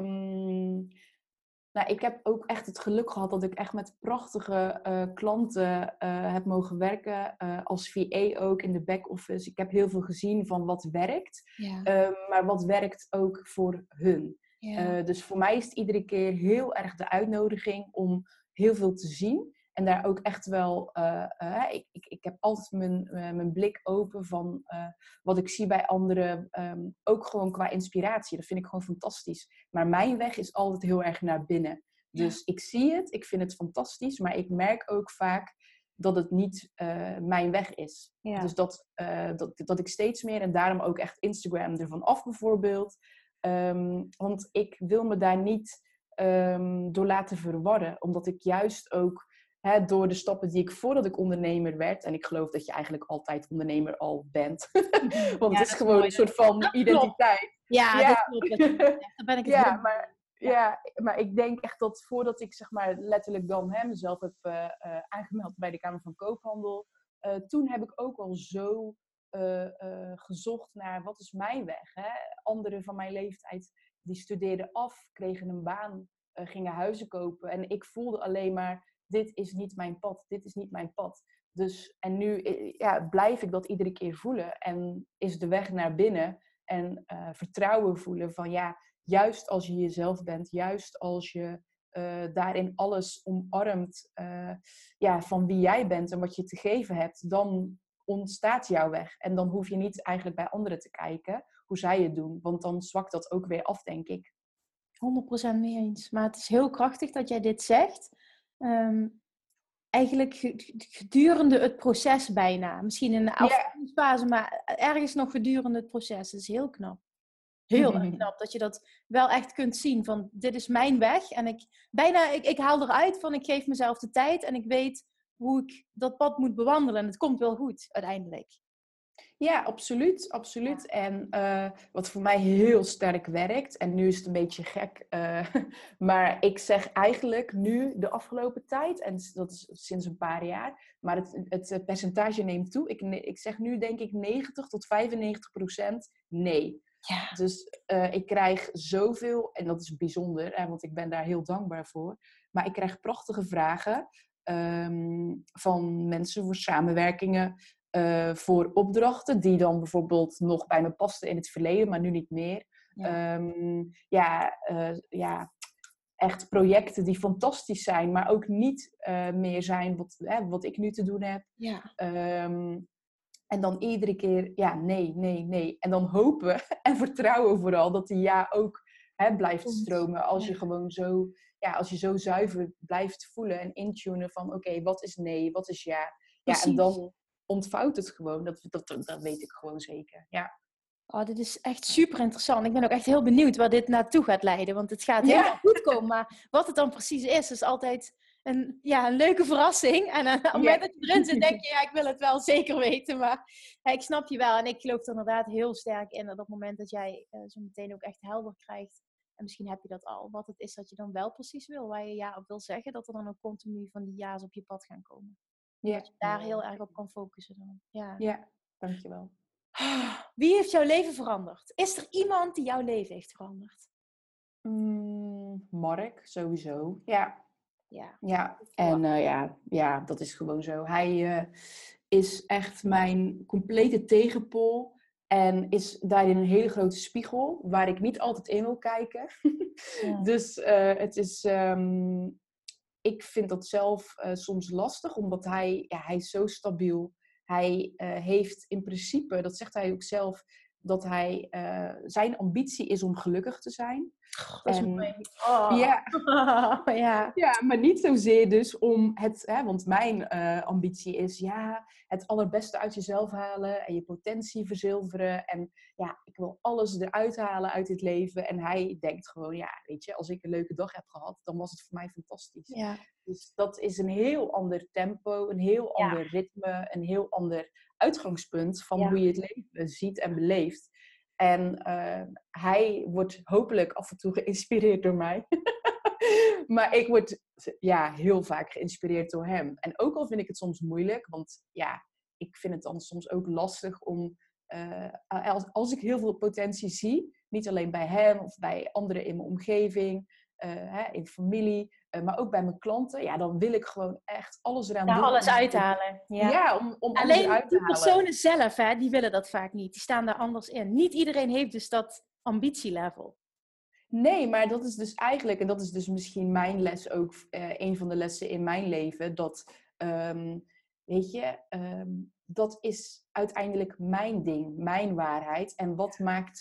Ik heb ook echt het geluk gehad dat ik echt met prachtige klanten heb mogen werken. Als VA ook in de back-office. Ik heb heel veel gezien van wat werkt. Ja. Maar wat werkt ook voor hun. Ja. Dus voor mij is het iedere keer heel erg de uitnodiging om heel veel te zien. En daar ook echt wel... Ik heb altijd mijn blik open van wat ik zie bij anderen. Ook gewoon qua inspiratie. Dat vind ik gewoon fantastisch. Maar mijn weg is altijd heel erg naar binnen. Dus ik zie het. Ik vind het fantastisch. Maar ik merk ook vaak dat het niet mijn weg is. Ja. Dus dat ik steeds meer... En daarom ook echt Instagram ervan af bijvoorbeeld. Want ik wil me daar niet door laten verwarren. Omdat ik juist ook... door de stappen die ik voordat ik ondernemer werd... en ik geloof dat je eigenlijk altijd ondernemer al bent. Want het is gewoon mooi, een soort van identiteit. Ja, dat klopt. Daar ben ik het maar ik denk echt dat voordat ik zeg maar letterlijk dan mezelf heb aangemeld bij de Kamer van Koophandel... toen heb ik ook al zo gezocht naar wat is mijn weg. Hè? Anderen van mijn leeftijd die studeerden af, kregen een baan, gingen huizen kopen. En ik voelde alleen maar... Dit is niet mijn pad. Dit is niet mijn pad. Dus, en nu blijf ik dat iedere keer voelen. En is de weg naar binnen. En vertrouwen voelen van juist als je jezelf bent. Juist als je daarin alles omarmt. Van wie jij bent en wat je te geven hebt. Dan ontstaat jouw weg. En dan hoef je niet eigenlijk bij anderen te kijken hoe zij het doen. Want dan zwakt dat ook weer af, denk ik. 100% mee eens. Maar het is heel krachtig dat jij dit zegt. Eigenlijk gedurende het proces bijna. Misschien in de afvallingsfase, maar ergens nog gedurende het proces. Dat is heel knap. Heel erg knap dat je dat wel echt kunt zien. Van dit is mijn weg. En ik haal eruit van ik geef mezelf de tijd. En ik weet hoe ik dat pad moet bewandelen. En het komt wel goed uiteindelijk. Ja, absoluut, absoluut. En wat voor mij heel sterk werkt, en nu is het een beetje gek, maar ik zeg eigenlijk nu de afgelopen tijd, en dat is sinds een paar jaar, maar het percentage neemt toe. Ik zeg nu denk ik 90 tot 95% nee. Ja. Dus ik krijg zoveel, en dat is bijzonder, want ik ben daar heel dankbaar voor, maar ik krijg prachtige vragen van mensen voor samenwerkingen. Voor opdrachten die dan bijvoorbeeld nog bij me pasten in het verleden, maar nu niet meer. Ja, echt projecten die fantastisch zijn, maar ook niet meer zijn wat ik nu te doen heb. Ja. En dan iedere keer, ja, nee, nee, nee. En dan hopen en vertrouwen vooral dat die ja ook blijft stromen. Als je gewoon zo, als je zo zuiver blijft voelen en intunen van oké, wat is nee, wat is ja. Ja, en dan ontvouwt het gewoon. Dat weet ik gewoon zeker. Ja. Oh, dit is echt super interessant. Ik ben ook echt heel benieuwd waar dit naartoe gaat leiden. Want het gaat helemaal goed komen. Maar wat het dan precies is altijd een leuke verrassing. En op het moment dat je erin zit, denk je, ja, ik wil het wel zeker weten. Maar ik snap je wel. En ik geloof er inderdaad heel sterk in dat op het moment dat jij zo meteen ook echt helder krijgt. En misschien heb je dat al. Wat het is dat je dan wel precies wil. Waar je ja op wil zeggen. Dat er dan ook continu van die ja's op je pad gaan komen. Dat je daar heel erg op kan focussen dan. Ja, dankjewel. Wie heeft jouw leven veranderd? Is er iemand die jouw leven heeft veranderd? Mark, sowieso. Ja. Ja. En dat is gewoon zo. Hij is echt mijn complete tegenpool. En is daarin een hele grote spiegel waar ik niet altijd in wil kijken. Ja. Dus het is... ik vind dat zelf soms lastig, omdat hij is zo stabiel. Hij heeft in principe, dat zegt hij ook zelf, dat hij zijn ambitie is om gelukkig te zijn. Dat is mooi. Oh. Ja, maar niet zozeer dus om het, want mijn ambitie is het allerbeste uit jezelf halen en je potentie verzilveren. En ja, ik wil alles eruit halen uit dit leven. En hij denkt gewoon, weet je, als ik een leuke dag heb gehad, dan was het voor mij fantastisch. Ja. Dus dat is een heel ander tempo, een heel ander ritme, een heel ander uitgangspunt van hoe je het leven ziet en beleeft. En hij wordt hopelijk af en toe geïnspireerd door mij. Maar ik word heel vaak geïnspireerd door hem. En ook al vind ik het soms moeilijk, want ik vind het dan soms ook lastig om... als ik heel veel potentie zie, niet alleen bij hem of bij anderen in mijn omgeving, in familie, maar ook bij mijn klanten, dan wil ik gewoon echt alles eraan doen. Alles uithalen. Om alles alleen eruit te halen. Die personen zelf, die willen dat vaak niet. Die staan daar anders in. Niet iedereen heeft dus dat ambitielevel. Nee, maar dat is dus eigenlijk, en dat is dus misschien mijn les ook, een van de lessen in mijn leven, dat, dat is uiteindelijk mijn ding, mijn waarheid. En wat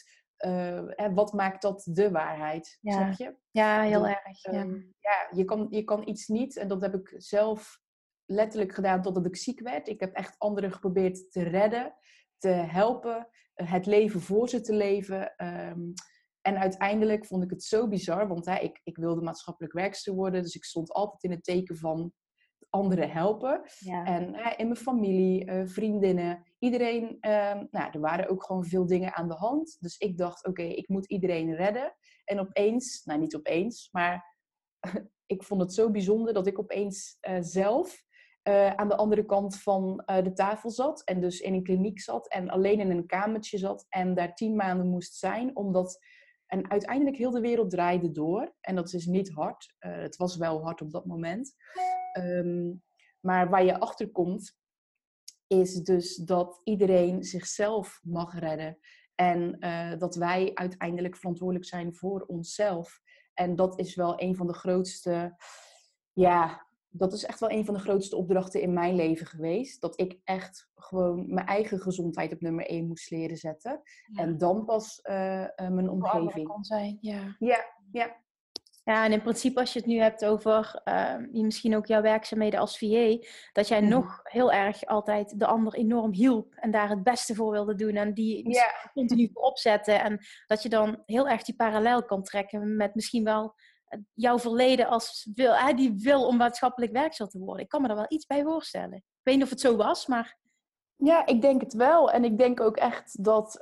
maakt dat de waarheid? Ja. Snap je? Ja, heel erg. Je kan iets niet, en dat heb ik zelf letterlijk gedaan totdat ik ziek werd. Ik heb echt anderen geprobeerd te redden, te helpen, het leven voor ze te leven. En uiteindelijk vond ik het zo bizar, want ik wilde maatschappelijk werkster worden. Dus ik stond altijd in het teken van anderen helpen. Ja. En in mijn familie, vriendinnen, iedereen. Er waren ook gewoon veel dingen aan de hand. Dus ik dacht, oké, ik moet iedereen redden. En opeens, niet opeens, maar ik vond het zo bijzonder dat ik opeens zelf aan de andere kant van de tafel zat. En dus in een kliniek zat en alleen in een kamertje zat. En daar 10 maanden moest zijn, omdat... En uiteindelijk heel de wereld draaide door. En dat is niet hard. Het was wel hard op dat moment. Maar waar je achter komt, is dus dat iedereen zichzelf mag redden. En dat wij uiteindelijk verantwoordelijk zijn voor onszelf. En dat is wel een van de grootste... dat is echt wel een van de grootste opdrachten in mijn leven geweest. Dat ik echt gewoon mijn eigen gezondheid op nummer 1 moest leren zetten. Ja. En dan pas mijn omgeving. Kon zijn, Ja. Ja, en in principe als je het nu hebt over misschien ook jouw werkzaamheden als VA, dat jij nog heel erg altijd de ander enorm hielp en daar het beste voor wilde doen en die continu voorop zetten. En dat je dan heel erg die parallel kan trekken met misschien wel jouw verleden als die wil om maatschappelijk werkzaam te worden. Ik kan me daar wel iets bij voorstellen. Ik weet niet of het zo was, maar... Ja, ik denk het wel. En ik denk ook echt dat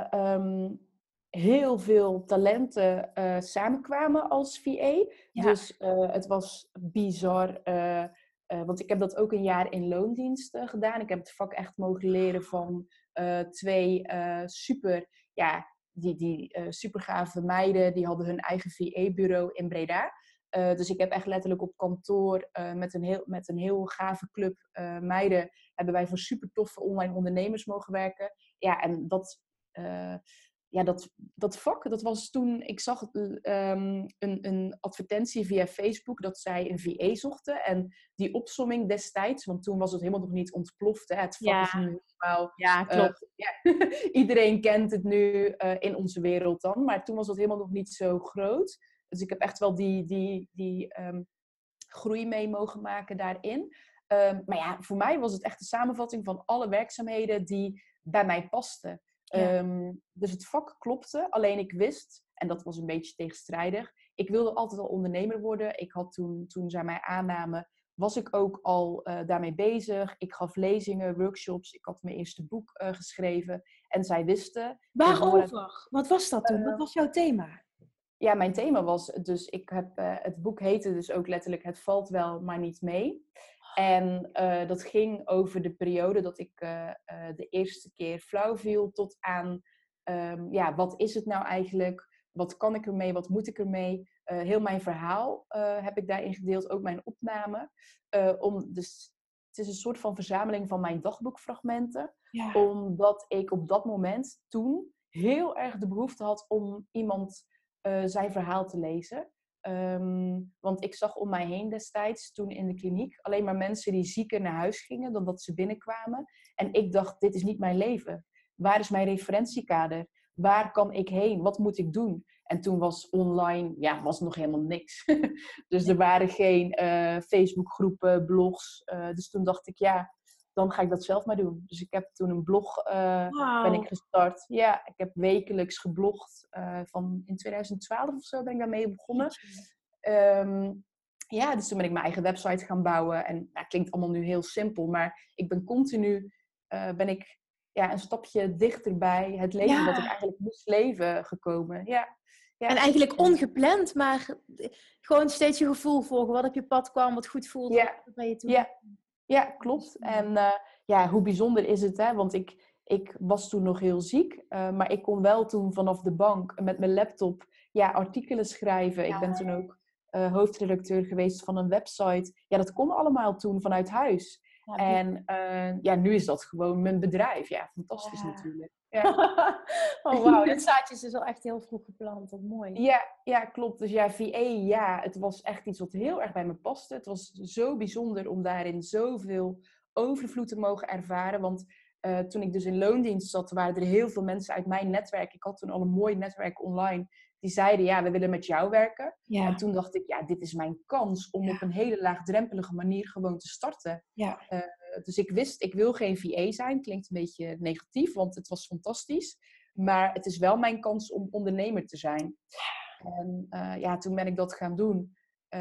heel veel talenten samenkwamen als VA. Ja, Dus het was bizar. Want ik heb dat ook een jaar in loondienst gedaan. Ik heb het vak echt mogen leren van twee super, ja, die super gave meiden. Die hadden hun eigen VA-bureau in Breda. Dus ik heb echt letterlijk op kantoor met een heel gave club meiden hebben wij voor super toffe online ondernemers mogen werken. Ja, en uh, dat vak, dat was toen, ik zag een advertentie via Facebook dat zij een VA zochten. En die opsomming destijds, want toen was het helemaal nog niet ontploft. Hè. Het vak is ja, nu helemaal... ja, klopt. Ja, iedereen kent het nu in onze wereld dan. Maar toen was het helemaal nog niet zo groot. Dus ik heb echt wel die groei mee mogen maken daarin. Maar ja, voor mij was het echt de samenvatting van alle werkzaamheden die bij mij pasten. Ja. Dus het vak klopte, alleen ik wist, en dat was een beetje tegenstrijdig, ik wilde altijd al ondernemer worden. Ik had toen zij mij aannamen, was ik ook al daarmee bezig. Ik gaf lezingen, workshops, ik had mijn eerste boek geschreven. En zij wisten, Deborah, Waarover? Wat was dat toen? Wat was jouw thema? ja, mijn thema was, dus ik heb, het boek heette dus ook letterlijk Het valt wel, maar niet mee. En dat ging over de periode dat ik de eerste keer flauw viel tot aan, ja, wat is het nou eigenlijk? Wat kan ik ermee? Wat moet ik ermee? Heel mijn verhaal heb ik daarin gedeeld, ook mijn opname. Dus het is een soort van verzameling van mijn dagboekfragmenten. Ja. Omdat ik op dat moment toen heel erg de behoefte had om iemand zijn verhaal te lezen. Want ik zag om mij heen destijds, toen in de kliniek, alleen maar mensen die zieker naar huis gingen dan dat ze binnenkwamen. En ik dacht, dit is niet mijn leven. Waar is mijn referentiekader? Waar kan ik heen? Wat moet ik doen? En toen was online, ja, was nog helemaal niks. Dus er waren geen Facebookgroepen, blogs. Dus toen dacht ik, ja, dan ga ik dat zelf maar doen. Dus ik heb toen een blog ben ik Wauw. gestart. Ja, ik heb wekelijks geblogd. Van in 2012 of zo ben ik daarmee begonnen. Ja, dus toen ben ik mijn eigen website gaan bouwen. En dat klinkt allemaal nu heel simpel, maar ik ben continu ben ik ja, een stapje dichter bij het leven wat ik Ja. eigenlijk moest leven gekomen. Ja, En ja. eigenlijk ongepland, maar gewoon steeds je gevoel volgen. Wat op je pad kwam, wat goed voelde, Ja, wat bij je toe. ja, ja, klopt. En ja, hoe bijzonder is het, hè? Want ik was toen nog heel ziek, maar ik kon wel toen vanaf de bank met mijn laptop ja, artikelen schrijven. Ik ben toen ook hoofdredacteur geweest van een website. Ja, dat kon allemaal toen vanuit huis. Ja, En ja, nu is dat gewoon mijn bedrijf. Ja, fantastisch ja. natuurlijk. Ja. Oh, wauw. Dit zaadje is dus al echt heel vroeg geplant. Wat mooi. Ja, klopt. Dus ja, VA, ja, het was echt iets wat heel erg bij me paste. Het was zo bijzonder om daarin zoveel overvloed te mogen ervaren. Want toen ik dus in loondienst zat, waren er heel veel mensen uit mijn netwerk. Ik had toen al een mooi netwerk online. Die zeiden, ja, we willen met jou werken. En Ja, toen dacht ik, ja, dit is mijn kans om op een hele laagdrempelige manier gewoon te starten. ja. Dus ik wist, ik wil geen VA zijn. Klinkt een beetje negatief, want het was fantastisch. Maar het is wel mijn kans om ondernemer te zijn. En ja, toen ben ik dat gaan doen.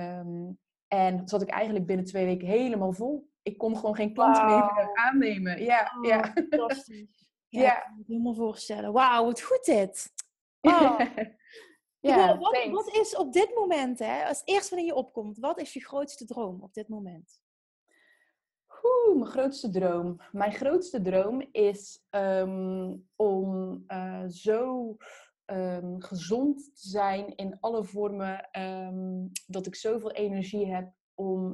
En zat ik eigenlijk binnen 2 weken helemaal vol. Ik kon gewoon geen klanten meer Wauw. aannemen. Ja, Oh, ja. fantastisch. Ja, ik Ja. kan me het helemaal voorstellen. Wauw, wat goed dit. Oh. Ja, Wat thanks. is op dit moment, hè, als het eerst wanneer je opkomt, wat is je grootste droom op dit moment? Mijn grootste droom. Mijn grootste droom is om zo gezond te zijn in alle vormen. Dat ik zoveel energie heb om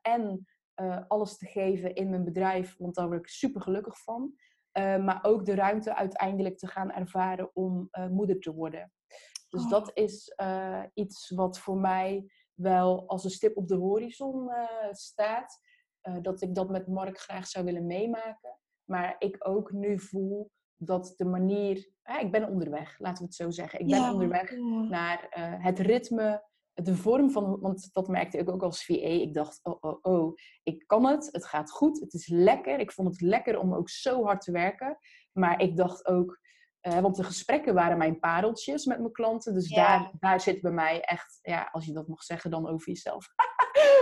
alles te geven in mijn bedrijf. Want daar word ik super gelukkig van. Maar ook de ruimte uiteindelijk te gaan ervaren om moeder te worden. Dus Oh, dat is iets wat voor mij wel als een stip op de horizon staat. Dat ik dat met Mark graag zou willen meemaken. Maar ik ook nu voel dat de manier... ik ben onderweg, laten we het zo zeggen. Ik ben ja, onderweg ja. naar het ritme, de vorm van... Want dat merkte ik ook als VA. Ik dacht, oh, ik kan het. Het gaat goed. Het is lekker. Ik vond het lekker om ook zo hard te werken. Maar ik dacht ook... want de gesprekken waren mijn pareltjes met mijn klanten. Dus Ja. daar zit bij mij echt... Ja, als je dat mag zeggen, dan over jezelf.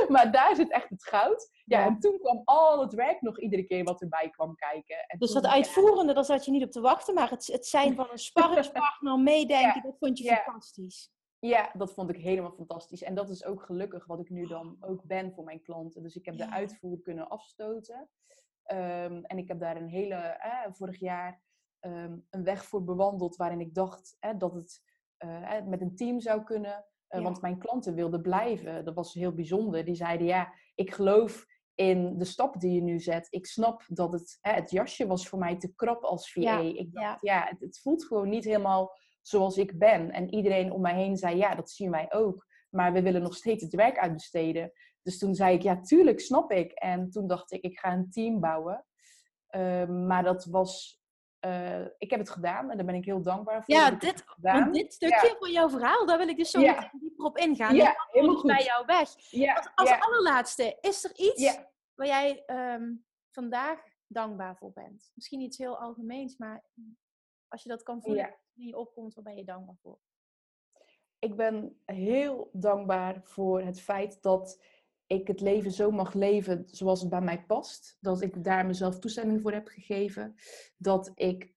Maar daar zit echt het goud. Ja, Ja. en toen kwam al het werk nog iedere keer wat erbij kwam kijken. En Dus toen, dat uitvoerende, daar zat je niet op te wachten. Maar het zijn van een sparringspartner, meedenken, dat vond je fantastisch. Ja, dat vond ik helemaal fantastisch. En dat is ook gelukkig wat ik nu dan ook ben voor mijn klanten. Dus ik heb de uitvoer kunnen afstoten. En ik heb daar een hele, vorig jaar, een weg voor bewandeld waarin ik dacht dat het met een team zou kunnen. Want mijn klanten wilden blijven. Dat was heel bijzonder. Die zeiden, ik geloof in de stap die je nu zet. Ik snap dat het jasje was voor mij te krap als VA. Ik dacht, het voelt gewoon niet helemaal zoals ik ben. En iedereen om mij heen zei, dat zien wij ook. Maar we willen nog steeds het werk uitbesteden. Dus toen zei ik, tuurlijk, snap ik. En toen dacht ik ga een team bouwen. Maar dat was... ik heb het gedaan en daar ben ik heel dankbaar voor. Want dit stukje van jouw verhaal, daar wil ik dus zo dieper op ingaan. Ja, helemaal goed. Bij jou weg. Als allerlaatste, is er iets waar jij vandaag dankbaar voor bent? Misschien iets heel algemeens, maar als je dat kan voelen, die je opkomt, waar ben je dankbaar voor? Ik ben heel dankbaar voor het feit dat ik het leven zo mag leven zoals het bij mij past. Dat ik daar mezelf toestemming voor heb gegeven. Dat ik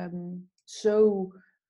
zo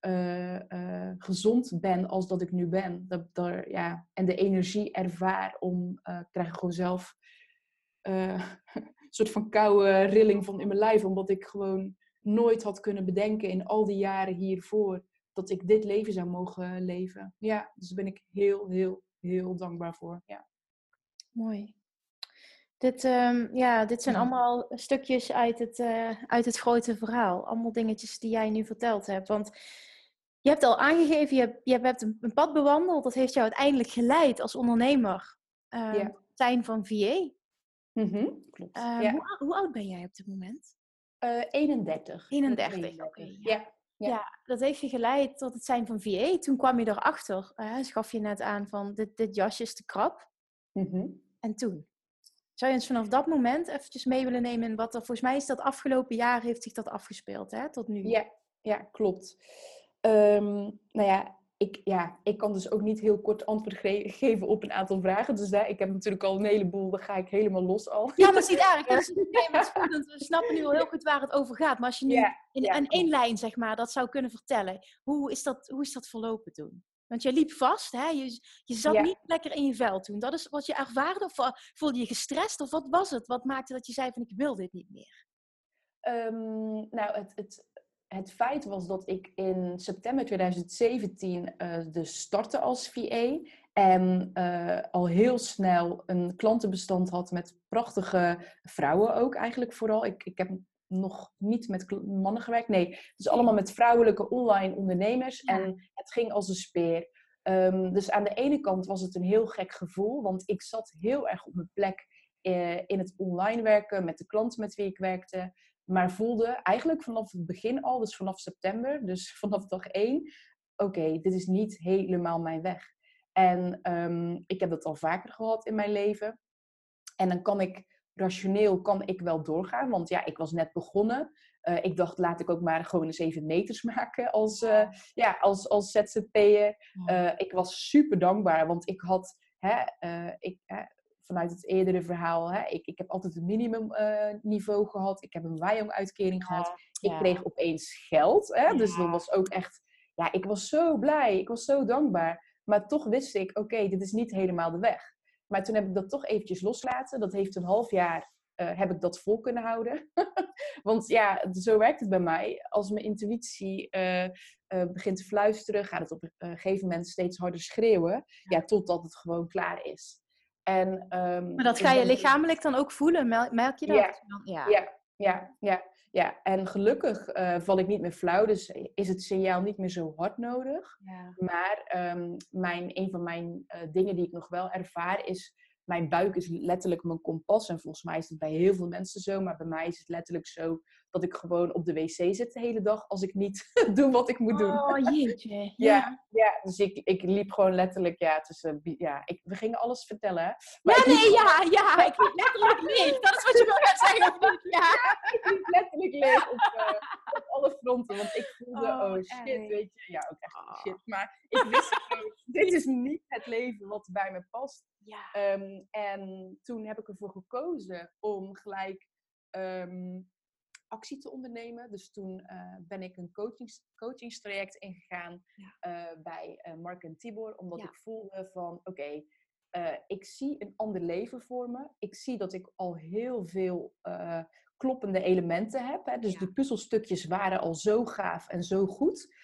gezond ben als dat ik nu ben. En de energie ervaar om... ik krijg gewoon zelf een soort van koude rilling van in mijn lijf. Omdat ik gewoon nooit had kunnen bedenken in al die jaren hiervoor dat ik dit leven zou mogen leven. Ja, dus daar ben ik heel, heel, heel dankbaar voor. Ja. Mooi. Dit zijn allemaal stukjes uit het grote verhaal. Allemaal dingetjes die jij nu verteld hebt. Want je hebt al aangegeven, je hebt een pad bewandeld. Dat heeft jou uiteindelijk geleid als ondernemer. Zijn van VA. Klopt. Hoe oud ben jij op dit moment? 31. 31, oké. Ja, dat heeft je geleid tot het zijn van VA. Toen kwam je erachter, gaf je net aan van dit jasje is te krap. En toen? Zou je ons vanaf dat moment eventjes mee willen nemen in wat er... Volgens mij is dat afgelopen jaar heeft zich dat afgespeeld, hè? Tot nu. Ja, klopt. Ik kan dus ook niet heel kort antwoord geven op een aantal vragen. Dus ik heb natuurlijk al een heleboel, daar ga ik helemaal los al. Ja, maar zie daar, we snappen nu al heel goed waar het over gaat. Maar als je nu in één lijn, zeg maar, dat zou kunnen vertellen. Hoe is dat verlopen toen? Want je liep vast, hè? Je zat niet lekker in je vel toen. Dat is wat je ervaarde? Of voelde je gestrest? Of wat was het? Wat maakte dat je zei van ik wil dit niet meer? Het feit was dat ik in september 2017 dus startte als VA. En al heel snel een klantenbestand had met prachtige vrouwen ook eigenlijk vooral. Ik heb nog niet met mannen gewerkt. Nee, dus allemaal met vrouwelijke online ondernemers. Ja. En het ging als een speer. Dus aan de ene kant was het een heel gek gevoel. Want ik zat heel erg op mijn plek in het online werken. Met de klanten met wie ik werkte. Maar voelde eigenlijk vanaf het begin al, dus vanaf september. Dus vanaf dag 1. Oké, dit is niet helemaal mijn weg. En ik heb dat al vaker gehad in mijn leven. En dan kan ik... Rationeel kan ik wel doorgaan, want ik was net begonnen. Ik dacht, laat ik ook maar gewoon eens even meters maken als ZZP'er. Ik was super dankbaar, want ik had, vanuit het eerdere verhaal, ik heb altijd een minimumniveau gehad. Ik heb een WAJONG-uitkering gehad. Ik kreeg opeens geld, dus dat was ook echt... Ja, ik was zo blij, ik was zo dankbaar. Maar toch wist ik, oké, dit is niet helemaal de weg. Maar toen heb ik dat toch eventjes losgelaten. Dat heeft een half jaar heb ik dat vol kunnen houden. Want zo werkt het bij mij. Als mijn intuïtie begint te fluisteren, gaat het op een gegeven moment steeds harder schreeuwen. Totdat het gewoon klaar is. En, maar dat ga je lichamelijk dan ook voelen? Merk je dat? Ja. En gelukkig val ik niet meer flauw, dus is het signaal niet meer zo hard nodig. Ja. Maar een van mijn dingen die ik nog wel ervaar is... Mijn buik is letterlijk mijn kompas. En volgens mij is het bij heel veel mensen zo. Maar bij mij is het letterlijk zo dat ik gewoon op de wc zit de hele dag als ik niet doe wat ik moet doen. Oh, jeetje. Ja, dus ik liep gewoon letterlijk tussen... we gingen alles vertellen, hè? Maar ik liep letterlijk leeg. Dat is wat je wil net zeggen, of niet? Ja, ik liep letterlijk leeg op alle fronten. Want ik voelde, Oh, oh wat shit, erg. weet je. Ja, ook echt Oh. shit. Maar ik wist gewoon, dit is niet het leven wat bij me past. Ja. En toen heb ik ervoor gekozen om gelijk actie te ondernemen. Dus toen ben ik een coachingstraject ingegaan Ja. bij Mark en Tibor. Omdat Ja. ik voelde van, oké, ik zie een ander leven voor me. Ik zie dat ik al heel veel kloppende elementen heb. Hè? Dus Ja. de puzzelstukjes waren al zo gaaf en zo goed.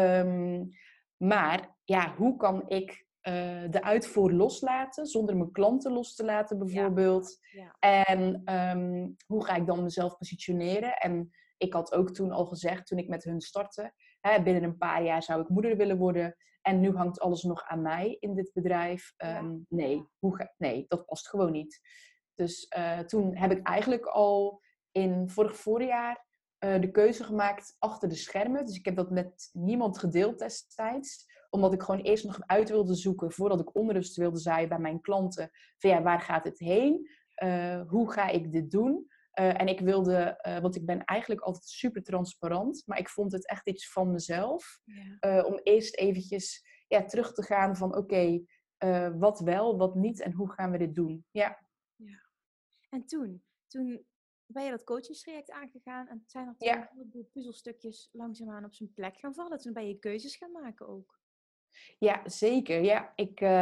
Maar ja, hoe kan ik de uitvoer loslaten zonder mijn klanten los te laten bijvoorbeeld? Ja. En hoe ga ik dan mezelf positioneren? En ik had ook toen al gezegd, toen ik met hun startte, binnen een paar jaar zou ik moeder willen worden. En nu hangt alles nog aan mij in dit bedrijf. Nee, dat past gewoon niet. Dus toen heb ik eigenlijk al in vorig voorjaar de keuze gemaakt achter de schermen. Dus ik heb dat met niemand gedeeld destijds. Omdat ik gewoon eerst nog uit wilde zoeken voordat ik onrust wilde zaaien bij mijn klanten. Van ja, waar gaat het heen? Hoe ga ik dit doen? En ik wilde, want ik ben eigenlijk altijd super transparant, maar ik vond het echt iets van mezelf. Om eerst eventjes terug te gaan van oké, wat wel, wat niet en hoe gaan we dit doen? Ja. En toen ben je dat coachingstraject aangegaan en zijn er toen Ja. een heleboel puzzelstukjes langzaamaan op zijn plek gaan vallen. Toen ben je keuzes gaan maken ook. Ja, zeker. Ja,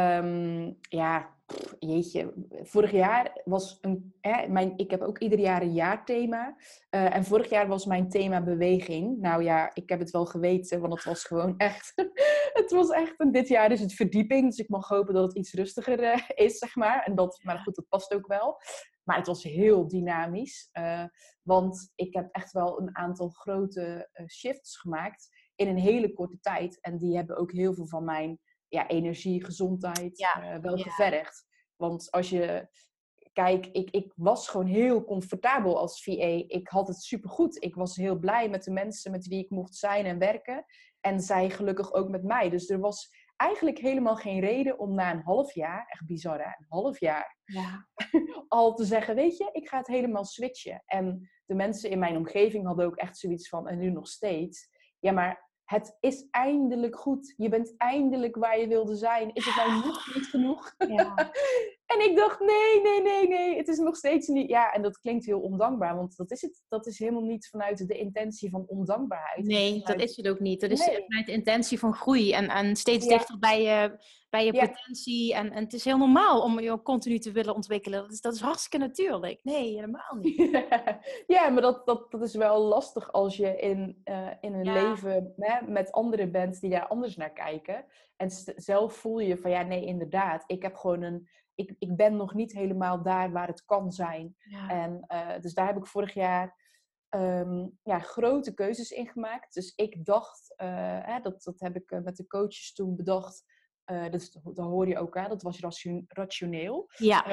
jeetje. Vorig jaar was ik heb ook ieder jaar een jaarthema. En vorig jaar was mijn thema beweging. Nou ja, ik heb het wel geweten, want het was gewoon echt, het was echt, en dit jaar is het verdieping. Dus ik mag hopen dat het iets rustiger is, zeg maar. Maar goed, dat past ook wel. Maar het was heel dynamisch. Want ik heb echt wel een aantal grote shifts gemaakt in een hele korte tijd. En die hebben ook heel veel van mijn energie, gezondheid wel gevergd. Want als je... Kijk, ik was gewoon heel comfortabel als VA. Ik had het supergoed. Ik was heel blij met de mensen met wie ik mocht zijn en werken. En zij gelukkig ook met mij. Dus er was eigenlijk helemaal geen reden om na een half jaar, echt bizar hè, een half jaar, al te zeggen, weet je, ik ga het helemaal switchen. En de mensen in mijn omgeving hadden ook echt zoiets van, en nu nog steeds, ja, maar het is eindelijk goed. Je bent eindelijk waar je wilde zijn. Is het nou nog niet genoeg? Ja. En ik dacht, nee. Het is nog steeds niet... Ja, en dat klinkt heel ondankbaar. Want dat is het. Dat is helemaal niet vanuit de intentie van ondankbaarheid. Nee, dat is het ook niet. Dat is Nee. vanuit de intentie van groei en steeds Ja. dichter bij je potentie. En het is heel normaal om je continu te willen ontwikkelen. Dat is hartstikke natuurlijk. Nee, helemaal niet. Ja, maar dat is wel lastig als je in een leven met anderen bent die daar anders naar kijken. En zelf voel je van, ja, nee, inderdaad. Ik heb gewoon ik ben nog niet helemaal daar waar het kan zijn. Ja. En dus daar heb ik vorig jaar grote keuzes in gemaakt. Dus ik dacht, dat heb ik met de coaches toen bedacht. Dat hoor je ook, hè? Dat was rationeel.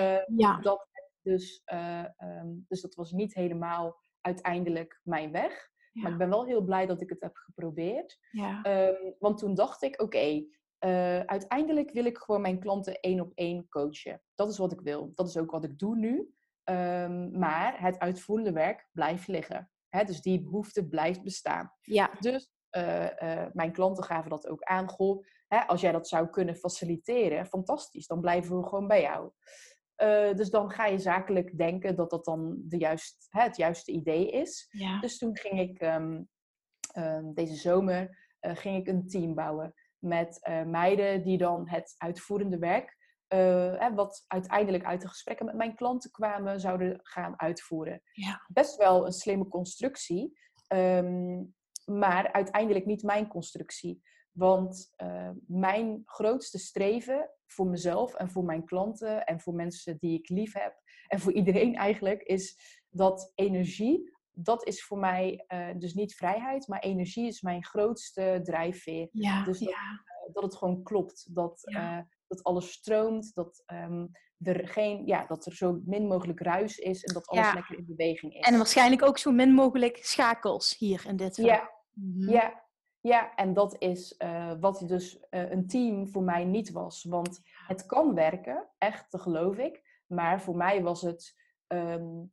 Dus dat was niet helemaal uiteindelijk mijn weg. Ja. Maar ik ben wel heel blij dat ik het heb geprobeerd. Ja. Want toen dacht ik, oké, uiteindelijk wil ik gewoon mijn klanten 1-op-1 coachen. Dat is wat ik wil. Dat is ook wat ik doe nu. Maar het uitvoerende werk blijft liggen. Hè? Dus die behoefte blijft bestaan. Ja. Dus mijn klanten gaven dat ook aan. Goh, als jij dat zou kunnen faciliteren, fantastisch. Dan blijven we gewoon bij jou. Dus dan ga je zakelijk denken dat dat dan het juiste idee is. Ja. Dus toen ging ik deze zomer een team bouwen. Met meiden die dan het uitvoerende werk, wat uiteindelijk uit de gesprekken met mijn klanten kwamen, zouden gaan uitvoeren. Ja. Best wel een slimme constructie. Maar uiteindelijk niet mijn constructie. Want mijn grootste streven voor mezelf en voor mijn klanten en voor mensen die ik lief heb en voor iedereen eigenlijk is dat energie, dat is voor mij dus niet vrijheid, maar energie is mijn grootste drijfveer. Ja. Dus dat het gewoon klopt. Dat alles stroomt, dat er zo min mogelijk ruis is en dat alles lekker in beweging is. En waarschijnlijk ook zo min mogelijk schakels hier in dit verhaal. Ja, en dat is wat dus een team voor mij niet was. Want het kan werken, echt, dat geloof ik. Maar voor mij was het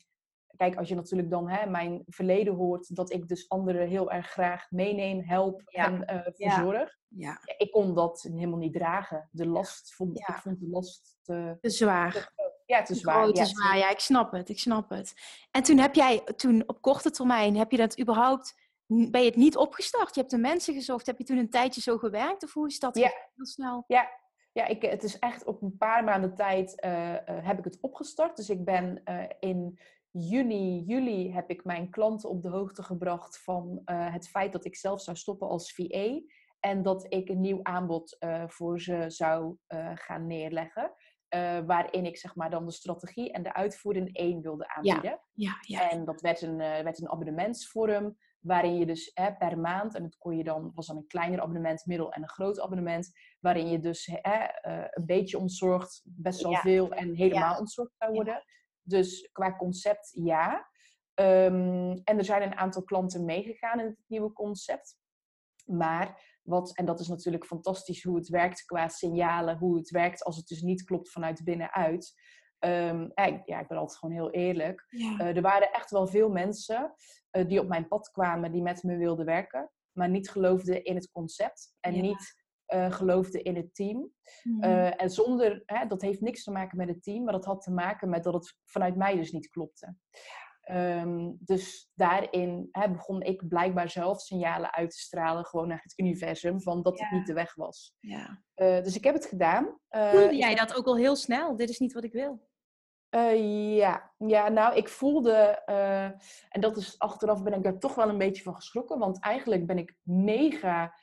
kijk, als je natuurlijk dan mijn verleden hoort, dat ik dus anderen heel erg graag meeneem, help Ja. en Ja. verzorg. Ja. Ja, ik kon dat helemaal niet dragen. Ik Ja. vond de last te Te zwaar. groot. Ja, te Te zwaar. groot, te Ja, zwaar. Ja, ik snap het. En toen heb jij, op korte termijn, heb je dat überhaupt, ben je het niet opgestart? Je hebt de mensen gezocht. Heb je toen een tijdje zo gewerkt? Of hoe is dat ja, gegaan? Heel snel. ja. Ja, het is echt op een paar maanden tijd heb ik het opgestart. Dus ik ben in juli heb ik mijn klanten op de hoogte gebracht van het feit dat ik zelf zou stoppen als VA. En dat ik een nieuw aanbod voor ze zou gaan neerleggen. Waarin ik zeg maar dan de strategie en de uitvoering in één wilde Ja, aanbieden. ja, ja. En dat werd een abonnementsvorm, waarin je dus per maand, en dat kon je dan, was dan een kleiner abonnement, middel en een groot abonnement, waarin je dus een beetje ontzorgd, best wel Ja, veel en ja, helemaal ontzorgd zou ja. worden. Dus qua concept ja. En er zijn een aantal klanten meegegaan in het nieuwe concept. Maar en dat is natuurlijk fantastisch hoe het werkt qua signalen, hoe het werkt als het dus niet klopt vanuit binnenuit. Ik ben altijd gewoon heel eerlijk. Ja. Er waren echt wel veel mensen die op mijn pad kwamen, die met me wilden werken, maar niet geloofden in het concept en Ja. niet geloofden in het team. En zonder, dat heeft niks te maken met het team, maar dat had te maken met dat het vanuit mij dus niet klopte. Dus daarin begon ik blijkbaar zelf signalen uit te stralen, gewoon naar het universum, van dat het niet de weg was. Ja. Dus ik heb het gedaan. Voelde jij dat ook al heel snel? Dit is niet wat ik wil. Ja, nou, ik voelde, en dat is achteraf ben ik daar toch wel een beetje van geschrokken, want eigenlijk ben ik mega,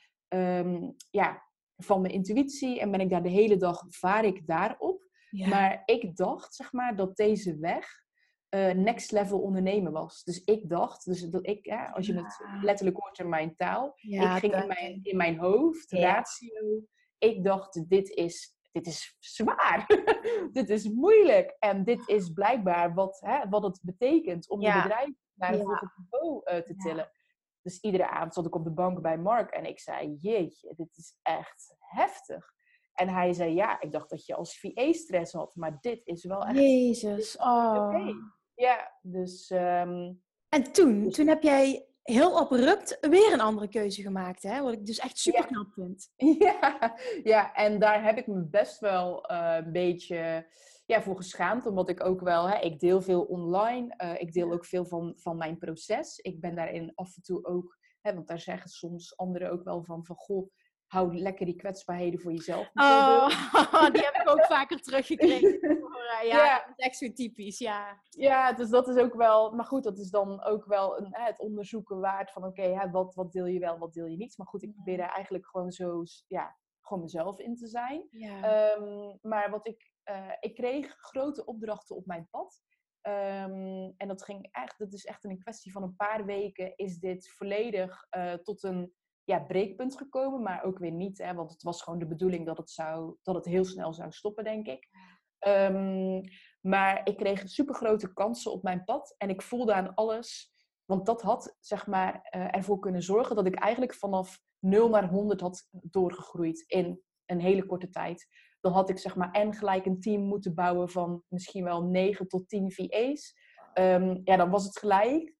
van mijn intuïtie en ben ik daar de hele dag, vaar ik daarop. Ja. Maar ik dacht, zeg maar, dat deze weg next level ondernemen was. Dus ik dacht, als je het letterlijk hoort in mijn taal, Ja, ik ging in mijn hoofd, Ja. ratio, ik dacht, dit is zwaar. Dit is moeilijk. En dit is blijkbaar wat het betekent om je bedrijf naar een volgend niveau te tillen. Dus iedere avond zat ik op de bank bij Mark en ik zei, jeetje, dit is echt heftig. En hij zei, ja, ik dacht dat je als VA stress had, maar dit is wel echt... Jezus, Oké. Ja, dus... En toen heb jij heel abrupt weer een andere keuze gemaakt, hè? Wat ik dus echt super knap vind. Ja, en daar heb ik me best wel een beetje voor geschaamd. Omdat ik ook wel, ik deel veel online. Ik deel ook veel van mijn proces. Ik ben daarin af en toe ook, want daar zeggen soms anderen ook wel van goh, hou lekker die kwetsbaarheden voor jezelf. Die heb ik ook vaker teruggekregen. Ja, dat is echt zo typisch, ja. Ja, dus dat is ook wel... Maar goed, dat is dan ook wel het onderzoeken waard van... Oké, wat deel je wel, wat deel je niet. Maar goed, ik probeer daar eigenlijk gewoon zo... gewoon mezelf in te zijn. Ja. Maar ik kreeg grote opdrachten op mijn pad. En dat is echt in een kwestie van een paar weken... is dit volledig tot een breekpunt gekomen. Maar ook weer niet, want het was gewoon de bedoeling dat het heel snel zou stoppen, denk ik. Maar ik kreeg supergrote kansen op mijn pad. En ik voelde aan alles... Want dat had, zeg maar, ervoor kunnen zorgen... dat ik eigenlijk vanaf 0 naar 100 had doorgegroeid... in een hele korte tijd. Dan had ik, zeg maar, en gelijk een team moeten bouwen... van misschien wel 9 tot 10 VA's. Dan was het gelijk...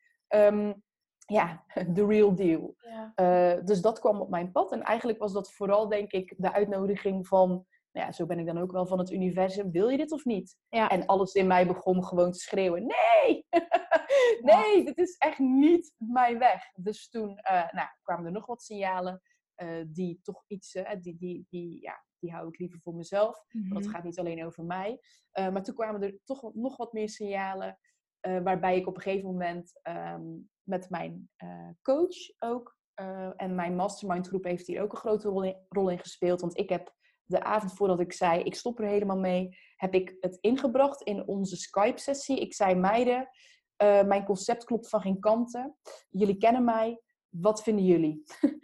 the real deal. Ja. Dus dat kwam op mijn pad. En eigenlijk was dat vooral, denk ik, de uitnodiging van... zo ben ik dan ook wel van het universum. Wil je dit of niet? Ja. En alles in mij begon gewoon te schreeuwen. Nee! Nee, dit is echt niet mijn weg. Dus toen kwamen er nog wat signalen. Die toch iets... die hou ik liever voor mezelf. Mm-hmm. Want het gaat niet alleen over mij. Maar toen kwamen er toch nog wat meer signalen. Waarbij ik op een gegeven moment... met mijn coach ook... en mijn mastermind groep heeft hier ook een grote rol in gespeeld. Want ik heb de avond voordat ik zei, ik stop er helemaal mee, heb ik het ingebracht in onze Skype-sessie. Ik zei, meiden, mijn concept klopt van geen kanten. Jullie kennen mij, wat vinden jullie?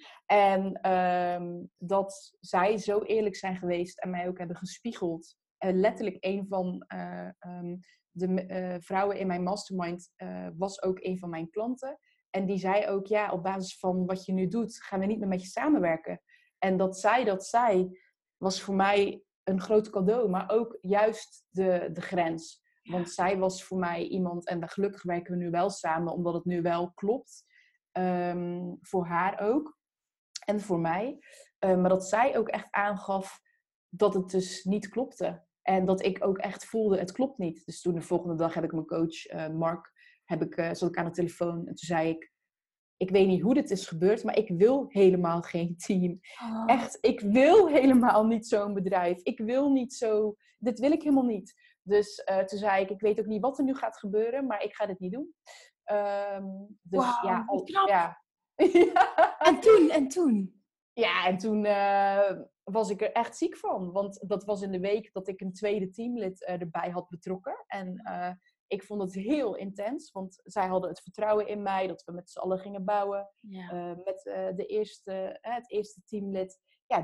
En dat zij zo eerlijk zijn geweest en mij ook hebben gespiegeld. Letterlijk een van de vrouwen in mijn mastermind was ook een van mijn klanten. En die zei ook, ja, op basis van wat je nu doet, gaan we niet meer met je samenwerken. En dat zij was voor mij een groot cadeau, maar ook juist de grens. Want zij was voor mij iemand, en gelukkig werken we nu wel samen, omdat het nu wel klopt. Voor haar ook. En voor mij. Maar dat zij ook echt aangaf dat het dus niet klopte. En dat ik ook echt voelde, het klopt niet. Dus toen de volgende dag heb ik mijn coach, Mark, zat ik aan de telefoon. En toen zei ik weet niet hoe dit is gebeurd, maar ik wil helemaal geen team. Oh, Echt, ik wil helemaal niet zo'n bedrijf. Ik wil niet zo, dit wil ik helemaal niet. Dus toen zei ik weet ook niet wat er nu gaat gebeuren, maar ik ga dit niet doen. Dus ja, wauw, wat knap. ja. Ja. En toen? Ja, en toen was ik er echt ziek van. Want dat was in de week dat ik een tweede teamlid erbij had betrokken. En ik vond het heel intens. Want zij hadden het vertrouwen in mij dat we met z'n allen gingen bouwen. Ja. Met het eerste teamlid. Ja,